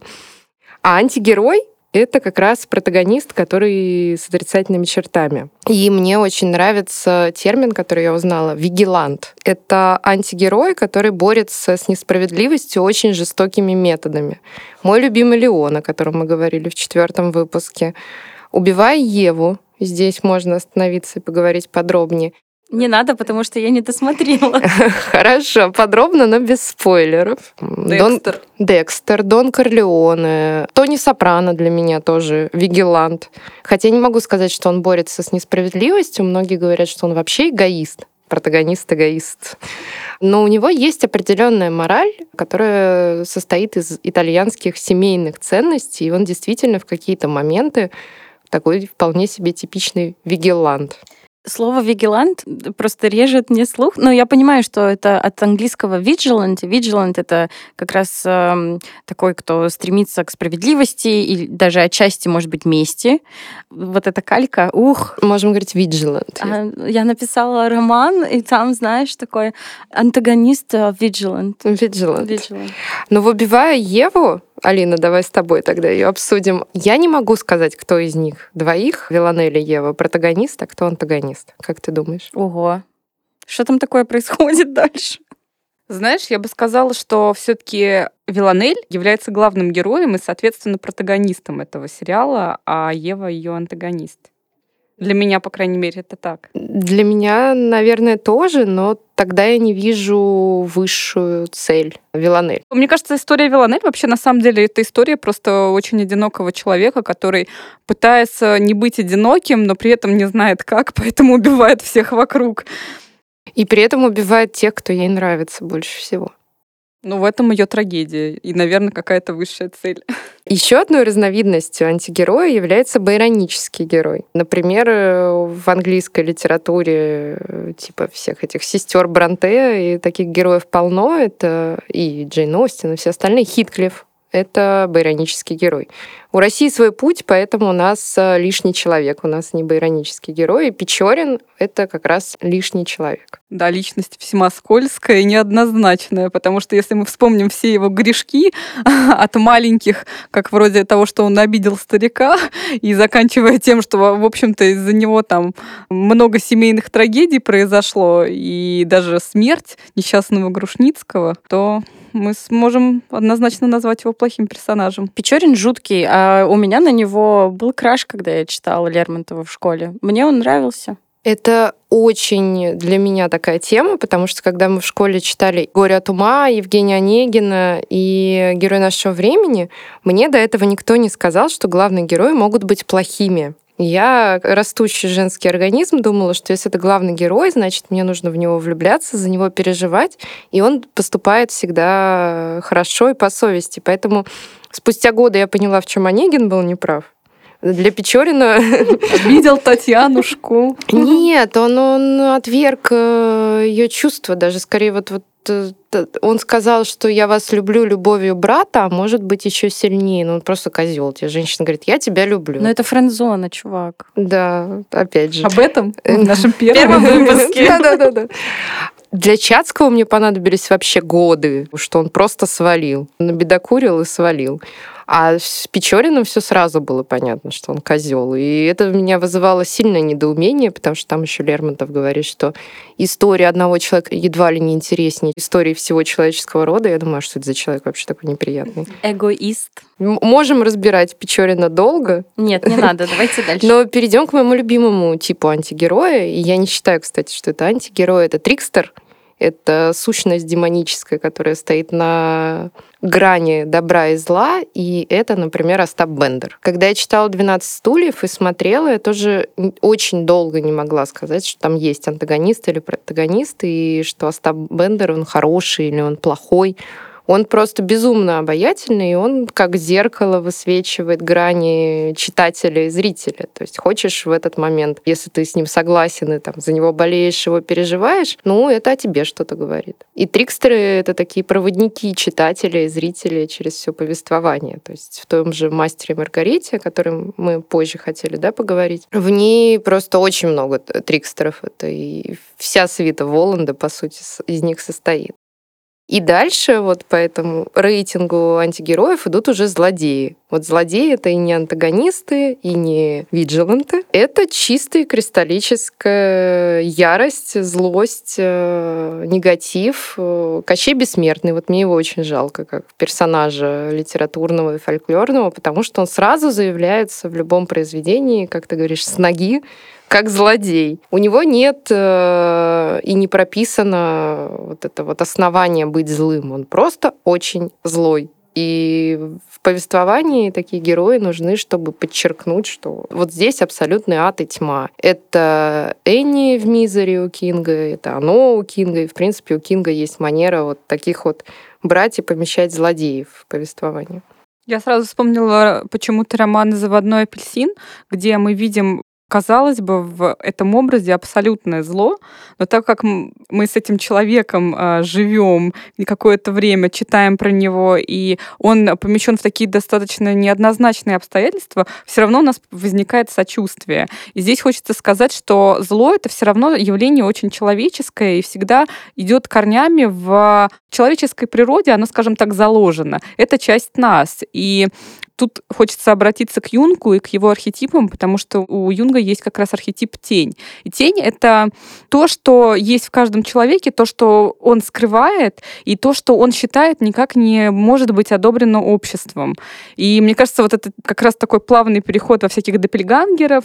А антигерой — это как раз протагонист, который с отрицательными чертами. И мне очень нравится термин, который я узнала — вигилант. Это антигерой, который борется с несправедливостью очень жестокими методами. Мой любимый Леон, о котором мы говорили в четвертом выпуске. «Убивая Еву», здесь можно остановиться и поговорить подробнее. Не надо, потому что я не досмотрела. Хорошо, подробно, но без спойлеров. Декстер. Дон... Декстер, Дон Корлеоне. Тони Сопрано для меня тоже вигилант. Хотя не могу сказать, что он борется с несправедливостью. Многие говорят, что он вообще эгоист. Протагонист-эгоист. Но у него есть определенная мораль, которая состоит из итальянских семейных ценностей, и он действительно в какие-то моменты такой вполне себе типичный вигилант. Слово «вигилант» просто режет мне слух. Но я понимаю, что это от английского vigilant. Vigilant — это как раз э, такой, кто стремится к справедливости и даже отчасти, может быть, мести. Вот эта калька, ух. Можем говорить vigilant. А, я написала роман, и там, знаешь, такой антагонист vigilant. Vigilant. Vigilant. Но «Убивая Еву», Алина, давай с тобой тогда ее обсудим. Я не могу сказать, кто из них двоих, Виланель и Ева, протагонист, а кто антагонист. Как ты думаешь? Ого. Что там такое происходит дальше? Знаешь, я бы сказала, что все-таки Виланель является главным героем и, соответственно, протагонистом этого сериала, а Ева ее антагонист. Для меня, по крайней мере, это так. Для меня, наверное, тоже, но тогда я не вижу высшую цель Виланель. Мне кажется, история Виланель вообще на самом деле это история просто очень одинокого человека, который пытается не быть одиноким, но при этом не знает как, поэтому убивает всех вокруг. И при этом убивает тех, кто ей нравится больше всего. Ну, в этом ее трагедия и, наверное, какая-то высшая цель. Еще одной разновидностью антигероя является байронический герой. Например, в английской литературе типа всех этих сестер Бронте и таких героев полно. Это и Джейн Остин, и все остальные. Хитклифф — это байронический герой. У России свой путь, поэтому у нас лишний человек. У нас не байронический герой. И Печорин — это как раз лишний человек. Да, личность весьма скользкая и неоднозначная, потому что если мы вспомним все его грешки от маленьких, как вроде того, что он обидел старика, и заканчивая тем, что, в общем-то, из-за него там много семейных трагедий произошло, и даже смерть несчастного Грушницкого, то мы сможем однозначно назвать его плохим персонажем. Печорин жуткий, а у меня на него был краш, когда я читала Лермонтова в школе. Мне он нравился. Это очень для меня такая тема, потому что когда мы в школе читали «Горе от ума», Евгения Онегина и «Герой нашего времени», мне до этого никто не сказал, что главные герои могут быть плохими. Я, растущий женский организм, думала, что если это главный герой, значит, мне нужно в него влюбляться, за него переживать, и он поступает всегда хорошо и по совести. Поэтому спустя годы я поняла, в чем Онегин был неправ. Для Печорина... Видел Татьянушку. Нет, он, он отверг ее чувства, даже скорее вот, вот он сказал, что я вас люблю любовью брата, а может быть еще сильнее. Ну, он просто козел. Тебе женщина говорит, я тебя люблю. Но это френд-зона, чувак. Да, опять же. Об этом в нашем первом выпуске. Да-да-да. Для Чацкого мне понадобились вообще годы, что он просто свалил. Набедокурил и свалил. А с Печориным все сразу было понятно, что он козел. И это меня вызывало сильное недоумение, потому что там еще Лермонтов говорит, что история одного человека едва ли не интереснее истории всего человеческого рода. Я думаю, что это за человек вообще такой неприятный. Эгоист. М- можем разбирать Печорина долго. Нет, не надо, давайте дальше. Но перейдем к моему любимому типу антигероя. И я не считаю, кстати, что это антигерой, это трикстер. Это сущность демоническая, которая стоит на грани добра и зла, и это, например, Остап Бендер. Когда я читала «двенадцать стульев» и смотрела, я тоже очень долго не могла сказать, что там есть антагонист или протагонист, и что Остап Бендер, он хороший или он плохой. Он просто безумно обаятельный, и он как зеркало высвечивает грани читателя и зрителя. То есть хочешь в этот момент, если ты с ним согласен и там, за него болеешь, его переживаешь, ну, это о тебе что-то говорит. И трикстеры — это такие проводники читателя и зрителя через все повествование. То есть в том же «Мастере и Маргарите», о котором мы позже хотели, да, поговорить, в ней просто очень много трикстеров. Это и вся свита Воланда, по сути, из них состоит. И дальше вот по этому рейтингу антигероев идут уже злодеи. Вот злодеи — это и не антагонисты, и не виджиланты. Это чистая кристаллическая ярость, злость, э, негатив. Э, Кощей Бессмертный. Вот мне его очень жалко, как персонажа литературного и фольклорного, потому что он сразу заявляется в любом произведении, как ты говоришь, с ноги, как злодей. У него нет э, и не прописано вот это вот основание быть злым. Он просто очень злой. И в повествовании такие герои нужны, чтобы подчеркнуть, что вот здесь абсолютный ад и тьма. Это Энни в «Мизери» у Кинга, это оно у Кинга, и, в принципе, у Кинга есть манера вот таких вот брать и помещать злодеев в повествование. Я сразу вспомнила почему-то роман «Заводной апельсин», где мы видим, казалось бы, в этом образе абсолютное зло, но так как мы с этим человеком э, живем какое-то время, читаем про него, и он помещен в такие достаточно неоднозначные обстоятельства, все равно у нас возникает сочувствие. И здесь хочется сказать, что зло — это все равно явление очень человеческое и всегда идет корнями в человеческой природе, оно, скажем так, заложено. Это часть нас. И тут хочется обратиться к Юнгу и к его архетипам, потому что у Юнга есть как раз архетип тень. И тень — это то, что есть в каждом человеке, то, что он скрывает, и то, что он считает, никак не может быть одобрено обществом. И мне кажется, вот это как раз такой плавный переход во всяких доппельгангеров,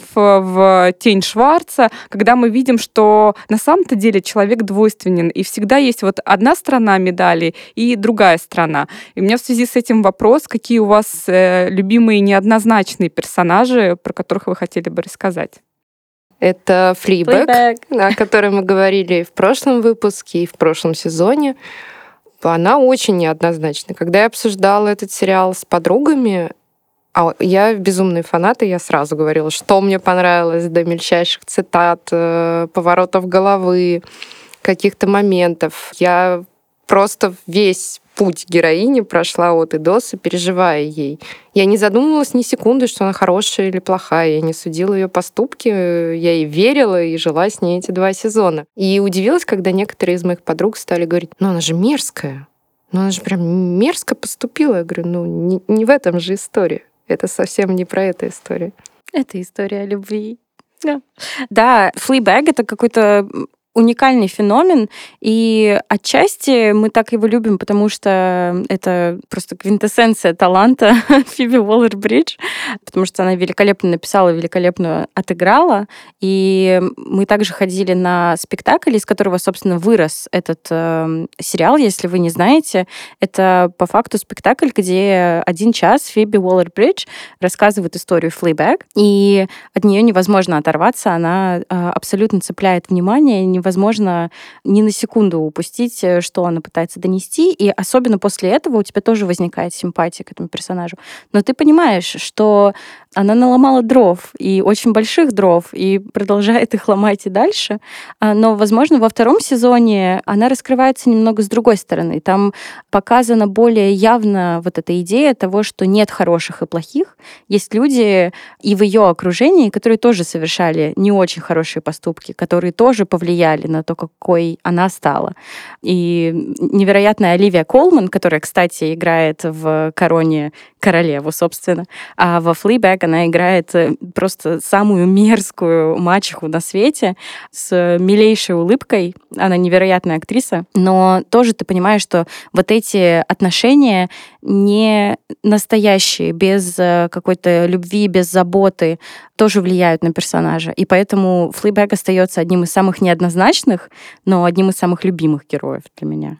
в тень Шварца, когда мы видим, что на самом-то деле человек двойственен, и всегда есть вот одна сторона медали и другая сторона. И у меня в связи с этим вопрос, какие у вас любимые неоднозначные персонажи, про которых вы хотели бы рассказать? Это Флибэг, Флибэг. о которой мы говорили и в прошлом выпуске, и в прошлом сезоне. Она очень неоднозначна. Когда я обсуждала этот сериал с подругами, а я безумный фанат, и я сразу говорила, что мне понравилось, до мельчайших цитат, поворотов головы, каких-то моментов. Я просто весь путь героини прошла от и до, сопереживая ей. Я не задумывалась ни секунды, что она хорошая или плохая. Я не судила ее поступки, я ей верила и жила с ней эти два сезона. И удивилась, когда некоторые из моих подруг стали говорить, ну она же мерзкая, ну она же прям мерзко поступила. Я говорю, ну не, не в этом же история. Это совсем не про эту историю. Это история о любви. Да, да, Флибэг — это какой-то уникальный феномен, и отчасти мы так его любим, потому что это просто квинтэссенция таланта Фиби Уоллер-Бридж, потому что она великолепно написала, великолепно отыграла, и мы также ходили на спектакль, из которого, собственно, вырос этот э, сериал, если вы не знаете. Это по факту спектакль, где один час Фиби Уоллер-Бридж рассказывает историю Флибэг, и от нее невозможно оторваться, она э, абсолютно цепляет внимание, невозможно ни на секунду упустить, что она пытается донести, и особенно после этого у тебя тоже возникает симпатия к этому персонажу. Но ты понимаешь, что Она наломала дров, и очень больших дров, и продолжает их ломать и дальше. А, Но, возможно, во втором сезоне она раскрывается немного с другой стороны. Там показана более явно вот эта идея того, что нет хороших и плохих. Есть люди и в ее окружении, которые тоже совершали не очень хорошие поступки, которые тоже повлияли на то, какой она стала. И невероятная Оливия Колман, которая, кстати, играет в «Короне» королеву, собственно, а во «Флибэг» она играет просто самую мерзкую мачеху на свете с милейшей улыбкой. Она невероятная актриса, но тоже ты понимаешь, что вот эти отношения не настоящие, без какой-то любви, без заботы, тоже влияют на персонажа. И поэтому «Флибэг» остается одним из самых неоднозначных, но одним из самых любимых героев для меня.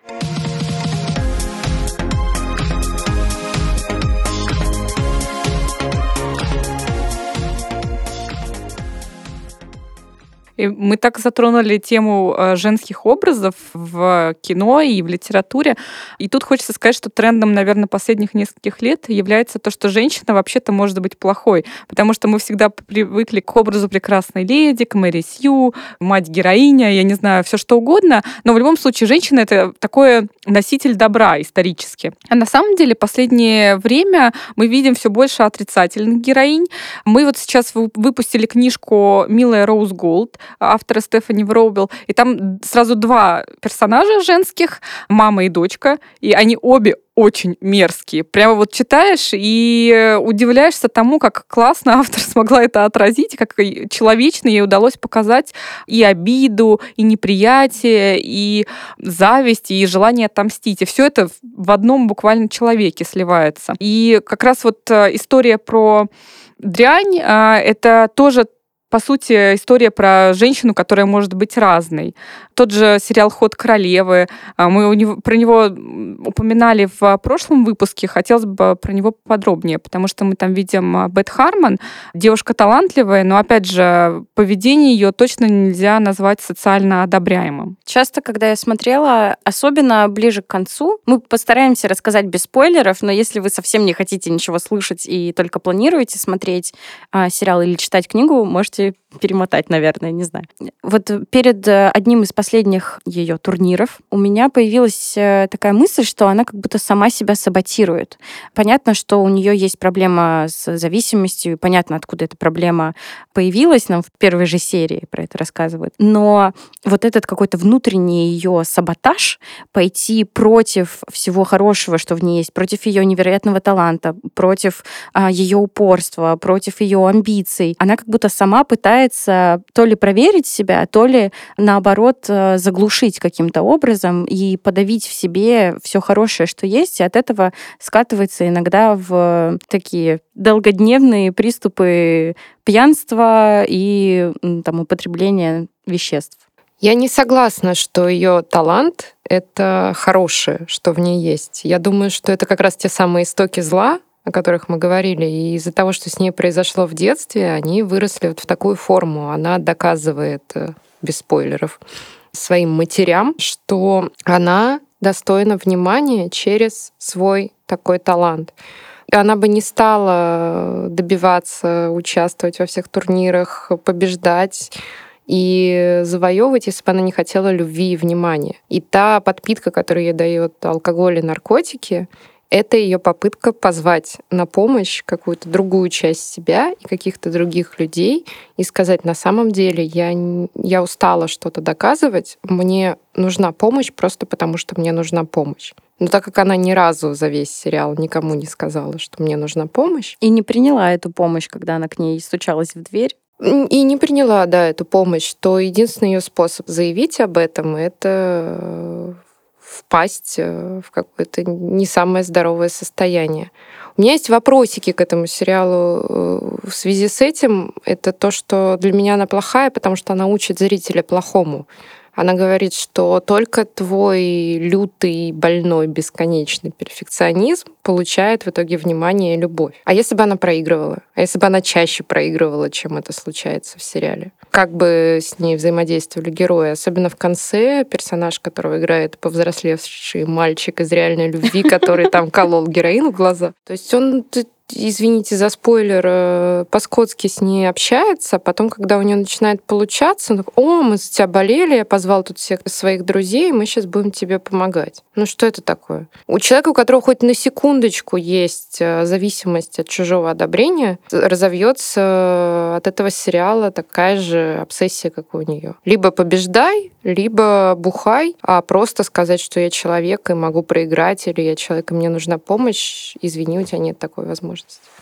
И мы так затронули тему э, женских образов в кино и в литературе. И тут хочется сказать, что трендом, наверное, последних нескольких лет является то, что женщина вообще-то может быть плохой. Потому что мы всегда привыкли к образу прекрасной леди, к Мэри Сью, мать-героиня, я не знаю, все что угодно. Но в любом случае женщина — это такой носитель добра исторически. А на самом деле последнее время мы видим все больше отрицательных героинь. Мы вот сейчас выпустили книжку «Милая Роуз Голд» автора Стефани Вроубел, и там сразу два персонажа женских, мама и дочка, и они обе очень мерзкие. Прямо вот читаешь и удивляешься тому, как классно автор смогла это отразить, как человечно ей удалось показать и обиду, и неприятие, и зависть, и желание отомстить. И все это в одном буквально человеке сливается. И как раз вот история про дрянь — это тоже, по сути, история про женщину, которая может быть разной. Тот же сериал «Ход королевы», мы у него, про него упоминали в прошлом выпуске, хотелось бы про него подробнее, потому что мы там видим Бет Хармон, девушка талантливая, но, опять же, поведение ее точно нельзя назвать социально одобряемым. Часто, когда я смотрела, особенно ближе к концу, мы постараемся рассказать без спойлеров, но если вы совсем не хотите ничего слышать и только планируете смотреть а, сериал или читать книгу, можете перемотать, наверное, не знаю. Вот перед одним из последних ее турниров у меня появилась такая мысль, что она как будто сама себя саботирует. Понятно, что у нее есть проблема с зависимостью, и понятно, откуда эта проблема появилась, нам в первой же серии про это рассказывают. Но вот этот какой-то внутренний ее саботаж, пойти против всего хорошего, что в ней есть, против ее невероятного таланта, против а, ее упорства, против ее амбиций, она как будто сама пытается то ли проверить себя, то ли, наоборот, заглушить каким-то образом и подавить в себе все хорошее, что есть, и от этого скатывается иногда в такие долгодневные приступы пьянства и там, употребления веществ. Я не согласна, что ее талант — это хорошее, что в ней есть. Я думаю, что это как раз те самые истоки зла, о которых мы говорили, и из-за того, что с ней произошло в детстве, они выросли вот в такую форму. Она доказывает, без спойлеров, своим матерям, что она достойна внимания через свой такой талант. Она бы не стала добиваться, участвовать во всех турнирах, побеждать и завоевывать, если бы она не хотела любви и внимания. И та подпитка, которую ей дает алкоголь и наркотики, это ее попытка позвать на помощь какую-то другую часть себя и каких-то других людей и сказать: на самом деле я, я устала что-то доказывать, мне нужна помощь просто потому, что мне нужна помощь. Но так как она ни разу за весь сериал никому не сказала, что мне нужна помощь. И не приняла эту помощь, когда она к ней стучалась в дверь. И не приняла, да, эту помощь, то единственный ее способ заявить об этом — это впасть в какое-то не самое здоровое состояние. У меня есть вопросики к этому сериалу в связи с этим. Это то, что для меня она плохая, потому что она учит зрителя плохому. Она говорит, что только твой лютый, больной, бесконечный перфекционизм получает в итоге внимание и любовь. А если бы она проигрывала? А если бы она чаще проигрывала, чем это случается в сериале? Как бы с ней взаимодействовали герои? Особенно в конце персонаж, которого играет повзрослевший мальчик из реальной любви, который там колол героин в глаза. То есть он извините за спойлер, по-скотски с ней общается, а потом, когда у нее начинает получаться, он такой: о, мы за тебя болели, я позвал тут всех своих друзей, мы сейчас будем тебе помогать. Ну что это такое? У человека, у которого хоть на секундочку есть зависимость от чужого одобрения, разовьется от этого сериала такая же обсессия, как и у нее. Либо побеждай, либо бухай, а просто сказать, что я человек и могу проиграть, или я человек, и мне нужна помощь, извини, у тебя нет такой возможности.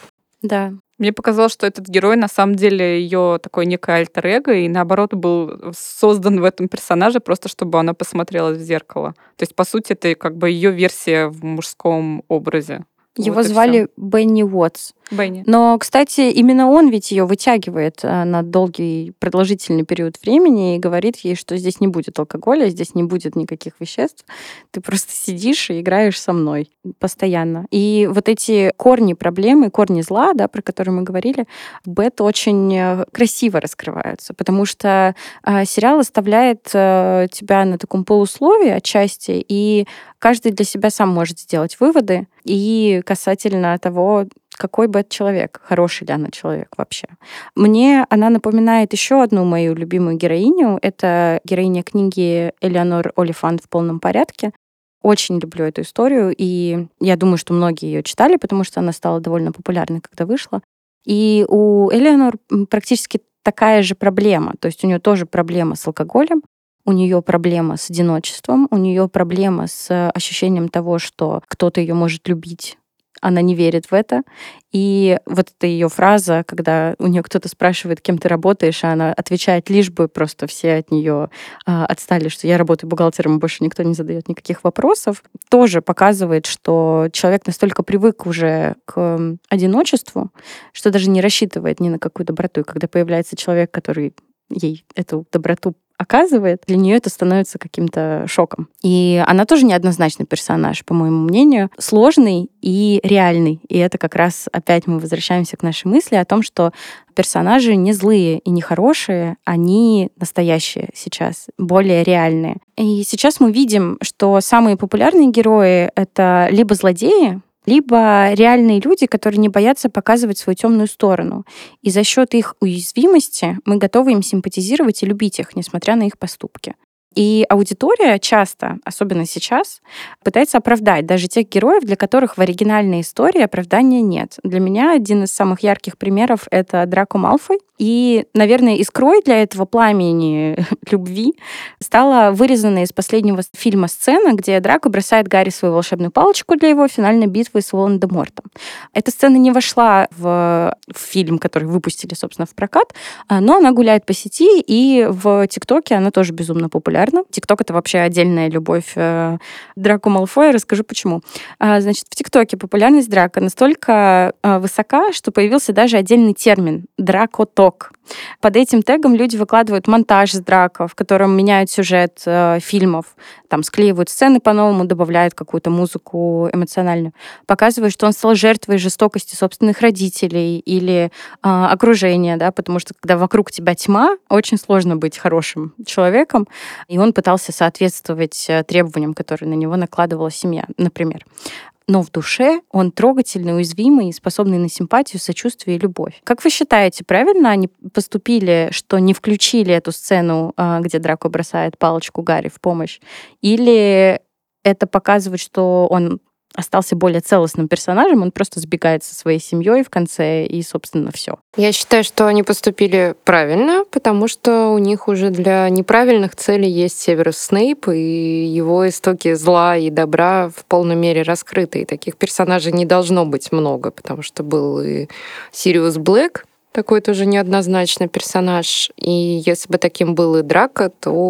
Да. Мне показалось, что этот герой на самом деле ее такой некое альтер-эго, и наоборот был создан в этом персонаже просто, чтобы она посмотрела в зеркало. То есть, по сути, это как бы ее версия в мужском образе. Его Вот звали Бенни Уотс. Бенни. Но, кстати, именно он ведь ее вытягивает на долгий продолжительный период времени и говорит ей, что здесь не будет алкоголя, здесь не будет никаких веществ. Ты просто сидишь и играешь со мной постоянно. И вот эти корни проблемы, корни зла, да, про которые мы говорили, в Бет очень красиво раскрываются, потому что э, сериал оставляет э, тебя на таком полусловии отчасти, и каждый для себя сам может сделать выводы и касательно того, какой Бет человек, хороший ли она человек вообще. Мне она напоминает еще одну мою любимую героиню. Это героиня книги Элеонор Олифант «В полном порядке». Очень люблю эту историю, и я думаю, что многие ее читали, потому что она стала довольно популярной, когда вышла. И у Элеонор практически такая же проблема. То есть у нее тоже проблема с алкоголем, у нее проблема с одиночеством, у нее проблема с ощущением того, что кто-то ее может любить. Она не верит в это. И вот эта ее фраза, когда у нее кто-то спрашивает, кем ты работаешь, а она отвечает, лишь бы просто все от нее а, отстали, что я работаю бухгалтером, и больше никто не задает никаких вопросов, тоже показывает, что человек настолько привык уже к одиночеству, что даже не рассчитывает ни на какую доброту. И когда появляется человек, который ей эту доброту оказывает, для нее это становится каким-то шоком. И она тоже неоднозначный персонаж, по моему мнению, сложный и реальный. И это как раз опять мы возвращаемся к нашей мысли о том, что персонажи не злые и не хорошие, они настоящие сейчас, более реальные. И сейчас мы видим, что самые популярные герои — это либо злодеи, либо реальные люди, которые не боятся показывать свою темную сторону. И за счет их уязвимости мы готовы им симпатизировать и любить их, несмотря на их поступки. И аудитория часто, особенно сейчас, пытается оправдать даже тех героев, для которых в оригинальной истории оправдания нет. Для меня один из самых ярких примеров — это Драко Малфой. И, наверное, искрой для этого пламени любви стала вырезанная из последнего фильма сцена, где Драко бросает Гарри свою волшебную палочку для его финальной битвы с Волан-де-Мортом. Эта сцена не вошла в, в фильм, который выпустили, собственно, в прокат, но она гуляет по сети, и в ТикТоке она тоже безумно популярна. ТикТок — это вообще отдельная любовь Драко Малфоя. Расскажу, почему. Значит, в ТикТоке популярность Драко настолько высока, что появился даже отдельный термин — Дракоток. Под этим тегом люди выкладывают монтаж с Драко, в котором меняют сюжет э, фильмов, там склеивают сцены по-новому, добавляют какую-то музыку эмоциональную, показывают, что он стал жертвой жестокости собственных родителей или э, окружения, да, потому что когда вокруг тебя тьма, очень сложно быть хорошим человеком, и он пытался соответствовать требованиям, которые на него накладывала семья, например. Но в душе он трогательный, уязвимый, способный на симпатию, сочувствие и любовь. Как вы считаете, правильно они поступили, что не включили эту сцену, где Драко бросает палочку Гарри в помощь? Или это показывает, что он остался более целостным персонажем, он просто сбегает со своей семьей в конце, и, собственно, все? Я считаю, что они поступили правильно, потому что у них уже для неправильных целей есть Северус Снейп, и его истоки зла и добра в полной мере раскрыты. И таких персонажей не должно быть много, потому что был и Сириус Блэк, такой тоже неоднозначный персонаж. И если бы таким был и Драко,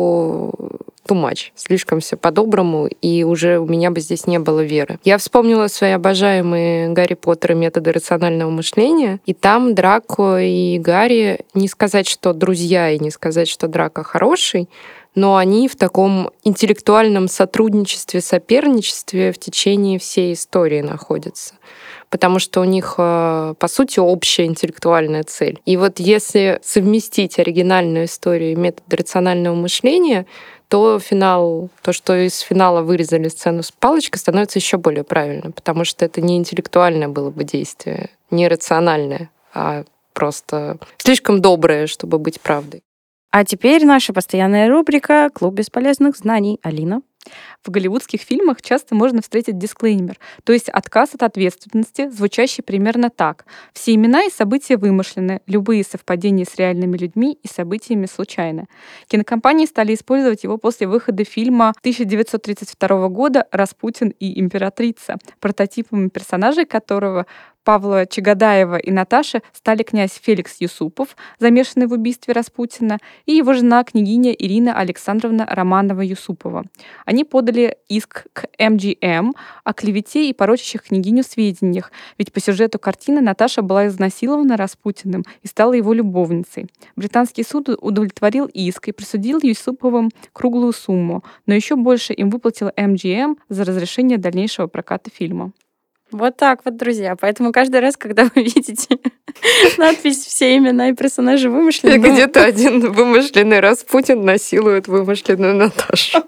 то too much. Слишком все по-доброму, и уже у меня бы здесь не было веры. Я вспомнила свои обожаемые Гарри Поттер и методы рационального мышления, и там Драко и Гарри, не сказать, что друзья, и не сказать, что Драко хороший, но они в таком интеллектуальном сотрудничестве, соперничестве в течение всей истории находятся. Потому что у них, по сути, общая интеллектуальная цель. И вот если совместить оригинальную историю и метод рационального мышления, то финал, то, что из финала вырезали сцену с палочкой, становится еще более правильно, потому что это не интеллектуальное было бы действие, не рациональное, а просто слишком доброе, чтобы быть правдой. А теперь наша постоянная рубрика «Клуб бесполезных знаний». Алина? В голливудских фильмах часто можно встретить дисклеймер, то есть отказ от ответственности, звучащий примерно так. Все имена и события вымышлены, любые совпадения с реальными людьми и событиями случайны. Кинокомпании стали использовать его после выхода фильма тысяча девятьсот тридцать второго года «Распутин и императрица», прототипами персонажей которого Павла Чагадаева и Наташи стали князь Феликс Юсупов, замешанный в убийстве Распутина, и его жена княгиня Ирина Александровна Романова-Юсупова. Они подали иск к эм джи эм о клевете и порочащих княгиню сведениях, ведь по сюжету картины Наташа была изнасилована Распутиным и стала его любовницей. Британский суд удовлетворил иск и присудил Юсуповым круглую сумму, но еще больше им выплатил эм джи эм за разрешение дальнейшего проката фильма. Вот так вот, друзья. Поэтому каждый раз, когда вы видите надпись «Все имена и персонажи вымышлены», где-то один вымышленный Распутин насилует вымышленную Наташу.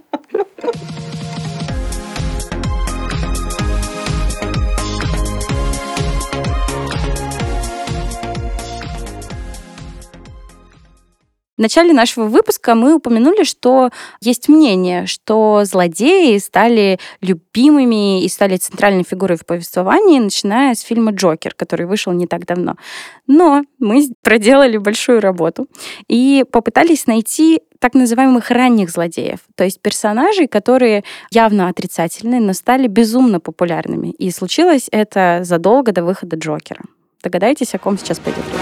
В начале нашего выпуска мы упомянули, что есть мнение, что злодеи стали любимыми и стали центральной фигурой в повествовании, начиная с фильма «Джокер», который вышел не так давно. Но мы проделали большую работу и попытались найти так называемых ранних злодеев, то есть персонажей, которые явно отрицательные, но стали безумно популярными. И случилось это задолго до выхода «Джокера». Догадайтесь, о ком сейчас пойдет речь.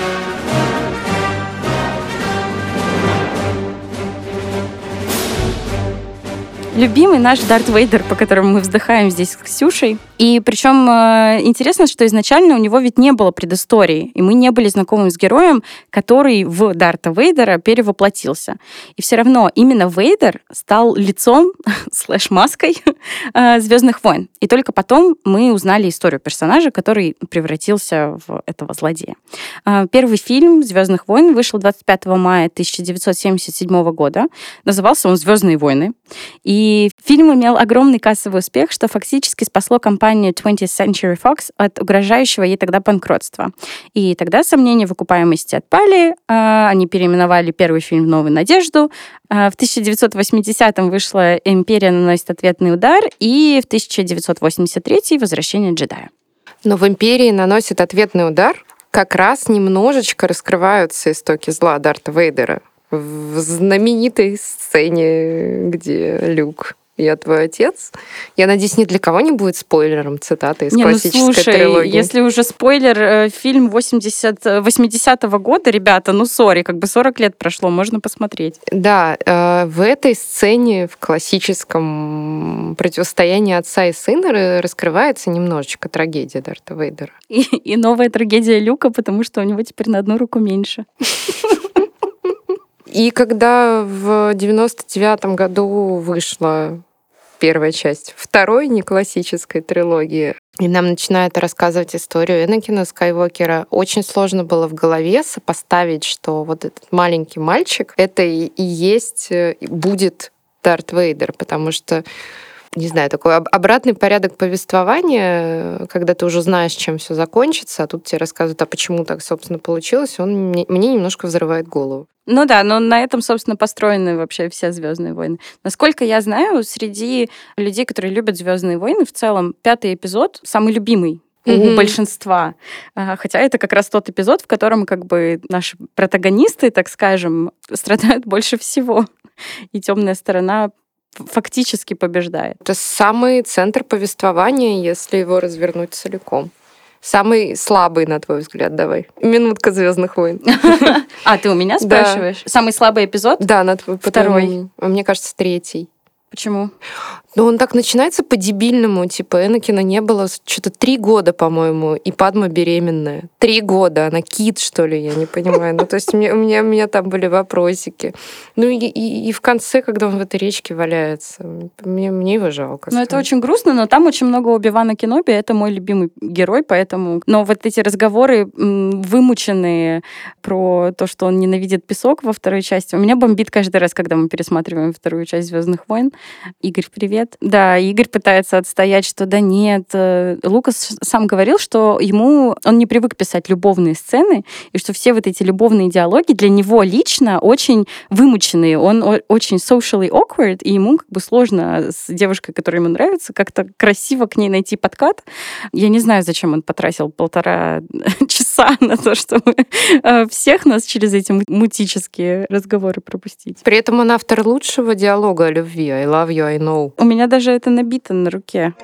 Любимый наш Дарт Вейдер, по которому мы вздыхаем здесь с Ксюшей. И причем э, интересно, что изначально у него ведь не было предыстории, и мы не были знакомы с героем, который в Дарта Вейдера перевоплотился. И все равно именно Вейдер стал лицом слэш-маской э, «Звездных войн». И только потом мы узнали историю персонажа, который превратился в этого злодея. Э, первый фильм «Звездных войн» вышел двадцать пятого мая тысяча девятьсот семьдесят седьмого года. Назывался он «Звездные войны». И И фильм имел огромный кассовый успех, что фактически спасло компанию twentieth Century Fox от угрожающего ей тогда банкротства. И тогда сомнения в окупаемости отпали. Они переименовали первый фильм в «Новую надежду». В тысяча девятьсот восьмидесятом вышла «Империя наносит ответный удар», и в тысяча девятьсот восемьдесят третьем «Возвращение джедая». Но в «Империи наносит ответный удар» как раз немножечко раскрываются истоки зла Дарта Вейдера. В знаменитой сцене, где Люк: «Я твой отец». Я надеюсь, ни для кого не будет спойлером цитаты из не, классической ну, слушай, трилогии. Если уже спойлер, фильм восьмидесятого года, ребята, ну сори, как бы сорок лет прошло, можно посмотреть. Да, в этой сцене, в классическом противостоянии отца и сына, раскрывается немножечко трагедия Дарта Вейдера. И, и новая трагедия Люка, потому что у него теперь на одну руку меньше. И когда в девяносто девятом году вышла первая часть второй неклассической трилогии, и нам начинают рассказывать историю Энакина Скайуокера, очень сложно было в голове сопоставить, что вот этот маленький мальчик — это и есть, и будет Дарт Вейдер, потому что, не знаю, такой обратный порядок повествования, когда ты уже знаешь, чем все закончится, а тут тебе рассказывают, а почему так, собственно, получилось, он мне, мне немножко взрывает голову. Ну да, но на этом, собственно, построены вообще все «Звездные войны». Насколько я знаю, среди людей, которые любят «Звездные войны», в целом пятый эпизод самый любимый mm-hmm. у большинства. Хотя это как раз тот эпизод, в котором как бы наши протагонисты, так скажем, страдают больше всего. И темная сторона фактически побеждает. Это самый центр повествования, если его развернуть целиком. Самый слабый, на твой взгляд, давай. Минутка «Звездных войн». А, ты у меня спрашиваешь? Самый слабый эпизод? Да, на твой второй. Мне кажется, третий. Почему? Но он так начинается по-дебильному. Типа, Энакина не было что-то три года, по-моему, и Падма беременная. Три года. Она кит, что ли, я не понимаю. Ну, то есть мне, у, меня, у меня там были вопросики. Ну, и, и, и в конце, когда он в этой речке валяется, мне, мне его жалко. Ну, это очень грустно, но там очень много Оби-Вана Кеноби. Это мой любимый герой, поэтому... Но вот эти разговоры вымученные про то, что он ненавидит песок во второй части, у меня бомбит каждый раз, когда мы пересматриваем вторую часть «Звездных войн». Игорь, привет. Да, Игорь пытается отстоять, что да нет. Лукас сам говорил, что ему он не привык писать любовные сцены, и что все вот эти любовные диалоги для него лично очень вымученные. Он очень socially awkward, и ему как бы сложно с девушкой, которая ему нравится, как-то красиво к ней найти подкат. Я не знаю, зачем он потратил полтора часа на то, чтобы всех нас через эти мутические разговоры пропустить. При этом он автор лучшего диалога о любви. I love you, I know. У меня даже это набито на руке.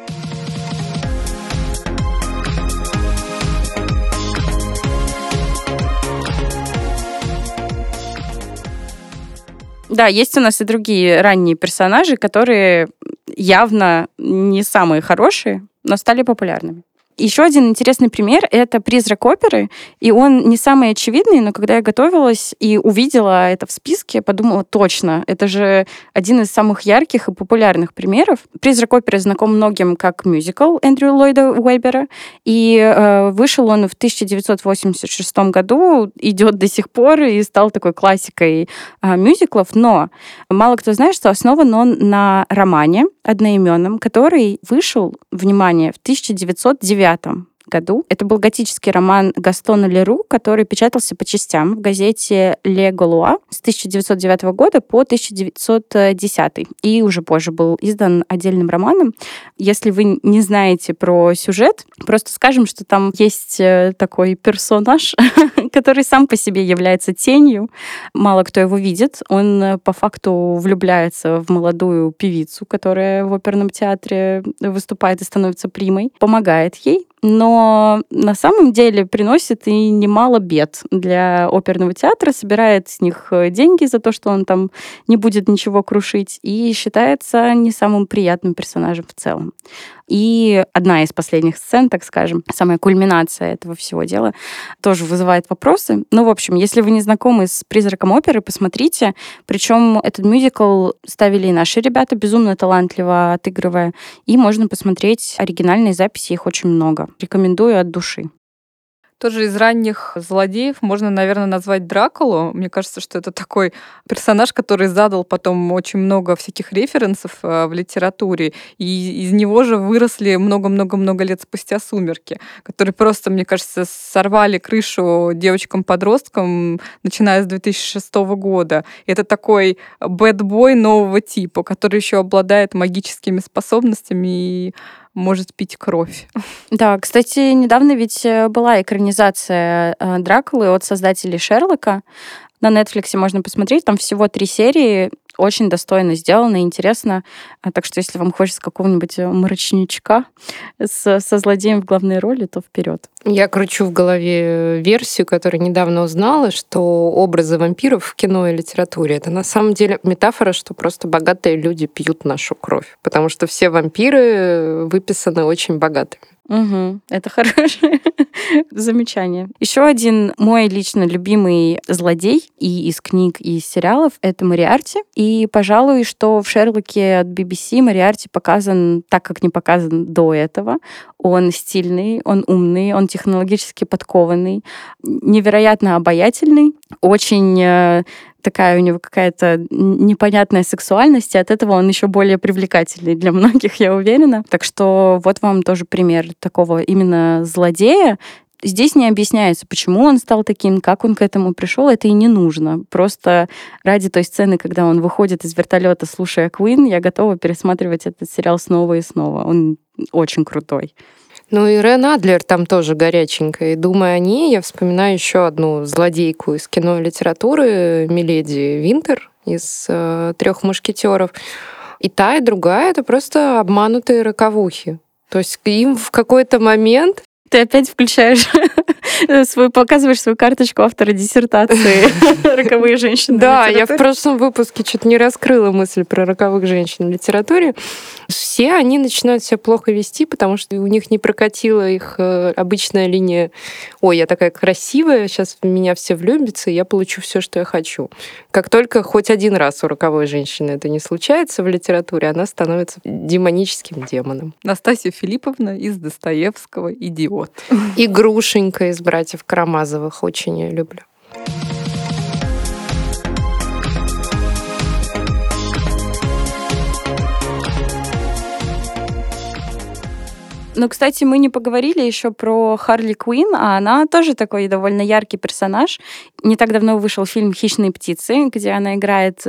Да, есть у нас и другие ранние персонажи, которые явно не самые хорошие, но стали популярными. Еще один интересный пример — это «Призрак оперы», и он не самый очевидный, но когда я готовилась и увидела это в списке, подумала, точно, это же один из самых ярких и популярных примеров. «Призрак оперы» знаком многим как мюзикл Эндрю Ллойда Уэббера, и э, вышел он в тысяча девятьсот восемьдесят шестом году, идет до сих пор и стал такой классикой э, мюзиклов, но мало кто знает, что основан он на романе одноименном, который вышел, внимание, в тысяча девятьсот девятом году. Это был готический роман Гастона Леру, который печатался по частям в газете «Ле Галуа» с тысяча девятьсот девятого года по тысяча девятьсот десятый. И уже позже был издан отдельным романом. Если вы не знаете про сюжет, просто скажем, что там есть такой персонаж, который сам по себе является тенью. Мало кто его видит. Он по факту влюбляется в молодую певицу, которая в оперном театре выступает и становится примой, помогает ей, но на самом деле приносит и немало бед для оперного театра, собирает с них деньги за то, что он там не будет ничего крушить, и считается не самым приятным персонажем в целом. И одна из последних сцен, так скажем, самая кульминация этого всего дела, тоже вызывает вопросы. Ну, в общем, если вы не знакомы с «Призраком оперы», посмотрите. Причем этот мюзикл ставили и наши ребята, безумно талантливо отыгрывая. И можно посмотреть оригинальные записи, их очень много. Рекомендую от души. Тоже из ранних злодеев можно, наверное, назвать Дракулу. Мне кажется, что это такой персонаж, который задал потом очень много всяких референсов в литературе. И из него же выросли много-много-много лет спустя «Сумерки», которые просто, мне кажется, сорвали крышу девочкам-подросткам, начиная с две тысячи шестого года. И это такой бэд-бой нового типа, который еще обладает магическими способностями и может пить кровь. Да, кстати, недавно ведь была экранизация Дракулы от создателей Шерлока. На Netflix можно посмотреть, там всего три серии, очень достойно сделано, интересно. Так что, если вам хочется какого-нибудь мрачничка с, со злодеем в главной роли, то вперед. Я кручу в голове версию, которую недавно узнала, что образы вампиров в кино и литературе — это на самом деле метафора, что просто богатые люди пьют нашу кровь, потому что все вампиры выписаны очень богатыми. Угу, это хорошее замечание. Еще один мой лично любимый злодей и из книг, и из сериалов — это Мориарти. И, пожалуй, что в «Шерлоке» от би би си Мориарти показан так, как не показан до этого. Он стильный, он умный, он технологически подкованный, невероятно обаятельный, очень такая у него какая-то непонятная сексуальность, и от этого он еще более привлекательный для многих, я уверена. Так что вот вам тоже пример такого именно злодея. Здесь не объясняется, почему он стал таким, как он к этому пришел, это и не нужно. Просто ради той сцены, когда он выходит из вертолета, слушая Queen, я готова пересматривать этот сериал снова и снова. Он очень крутой. Ну и Рен Адлер там тоже горяченькая. И думая о ней, я вспоминаю еще одну злодейку из кино и литературы, Миледи Винтер из э, «Трех мушкетеров». И та, и другая — это просто обманутые роковухи. То есть им в какой-то момент... Ты опять включаешь свой, показываешь свою карточку автора диссертации «Роковые женщины». Да, я в прошлом выпуске что-то не раскрыла мысль про роковых женщин в литературе. Все они начинают себя плохо вести, потому что у них не прокатила их обычная линия «Ой, я такая красивая, сейчас в меня все влюбятся, и я получу все, что я хочу». Как только хоть один раз у роковой женщины это не случается в литературе, она становится демоническим демоном. Настасья Филипповна из Достоевского «Идиот». И Грушенька из «Братьев Карамазовых» очень ее люблю. Ну, кстати, мы не поговорили еще про Харли Квинн, а она тоже такой довольно яркий персонаж. Не так давно вышел фильм «Хищные птицы», где она играет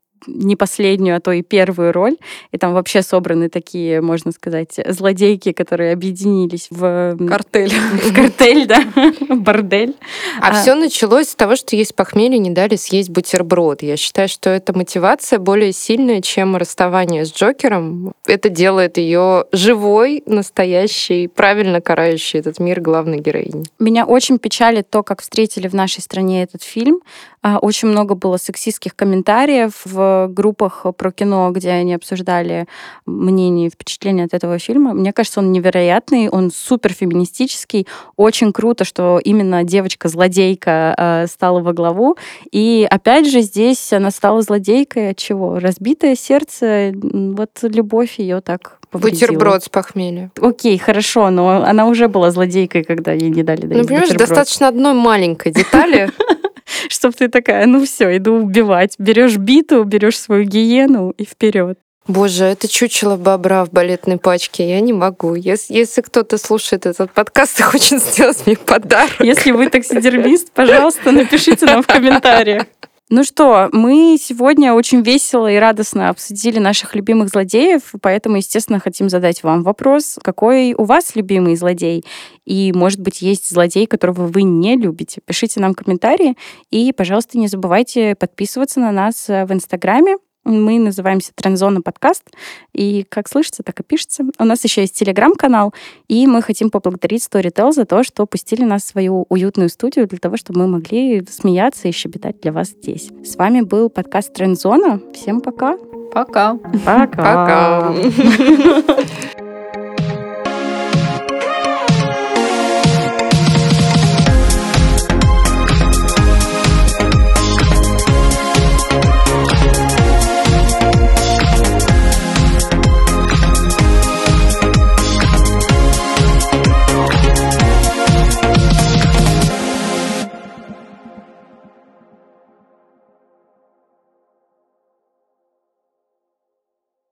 не последнюю, а то и первую роль. И там вообще собраны такие, можно сказать, злодейки, которые объединились в... Картель. В картель, да. Бордель. А, а все началось с того, что есть похмелье, не дали съесть бутерброд. Я считаю, что эта мотивация более сильная, чем расставание с Джокером. Это делает ее живой, настоящей, правильно карающей этот мир главной героиней. Меня очень печалит то, как встретили в нашей стране этот фильм. Очень много было сексистских комментариев в группах про кино, где они обсуждали мнение и впечатления от этого фильма. Мне кажется, он невероятный, он супер феминистический. Очень круто, что именно девочка-злодейка стала во главу. И опять же, здесь она стала злодейкой от чего? Разбитое сердце, вот любовь ее так повредила. Бутерброд с похмелья. Окей, хорошо, но она уже была злодейкой, когда ей не дали доесть Ну, понимаешь, бутерброд. достаточно одной маленькой детали, чтобы ты такая, ну все, иду убивать. Берешь биту, берешь свою гиену и вперед. Боже, это чучело бобра в балетной пачке. Я не могу. Если, если кто-то слушает этот подкаст и хочет сделать мне подарок. Если вы таксидермист, пожалуйста, напишите нам в комментариях. Ну что, мы сегодня очень весело и радостно обсудили наших любимых злодеев, поэтому, естественно, хотим задать вам вопрос, какой у вас любимый злодей? И, может быть, есть злодей, которого вы не любите? Пишите нам комментарии и, пожалуйста, не забывайте подписываться на нас в Инстаграме. Мы называемся Трендзона подкаст, и как слышится, так и пишется. У нас еще есть телеграм-канал, и мы хотим поблагодарить Storytel за то, что пустили нас в свою уютную студию для того, чтобы мы могли смеяться и щебетать для вас здесь. С вами был подкаст Трендзона. Всем пока. Пока. Пока. Пока.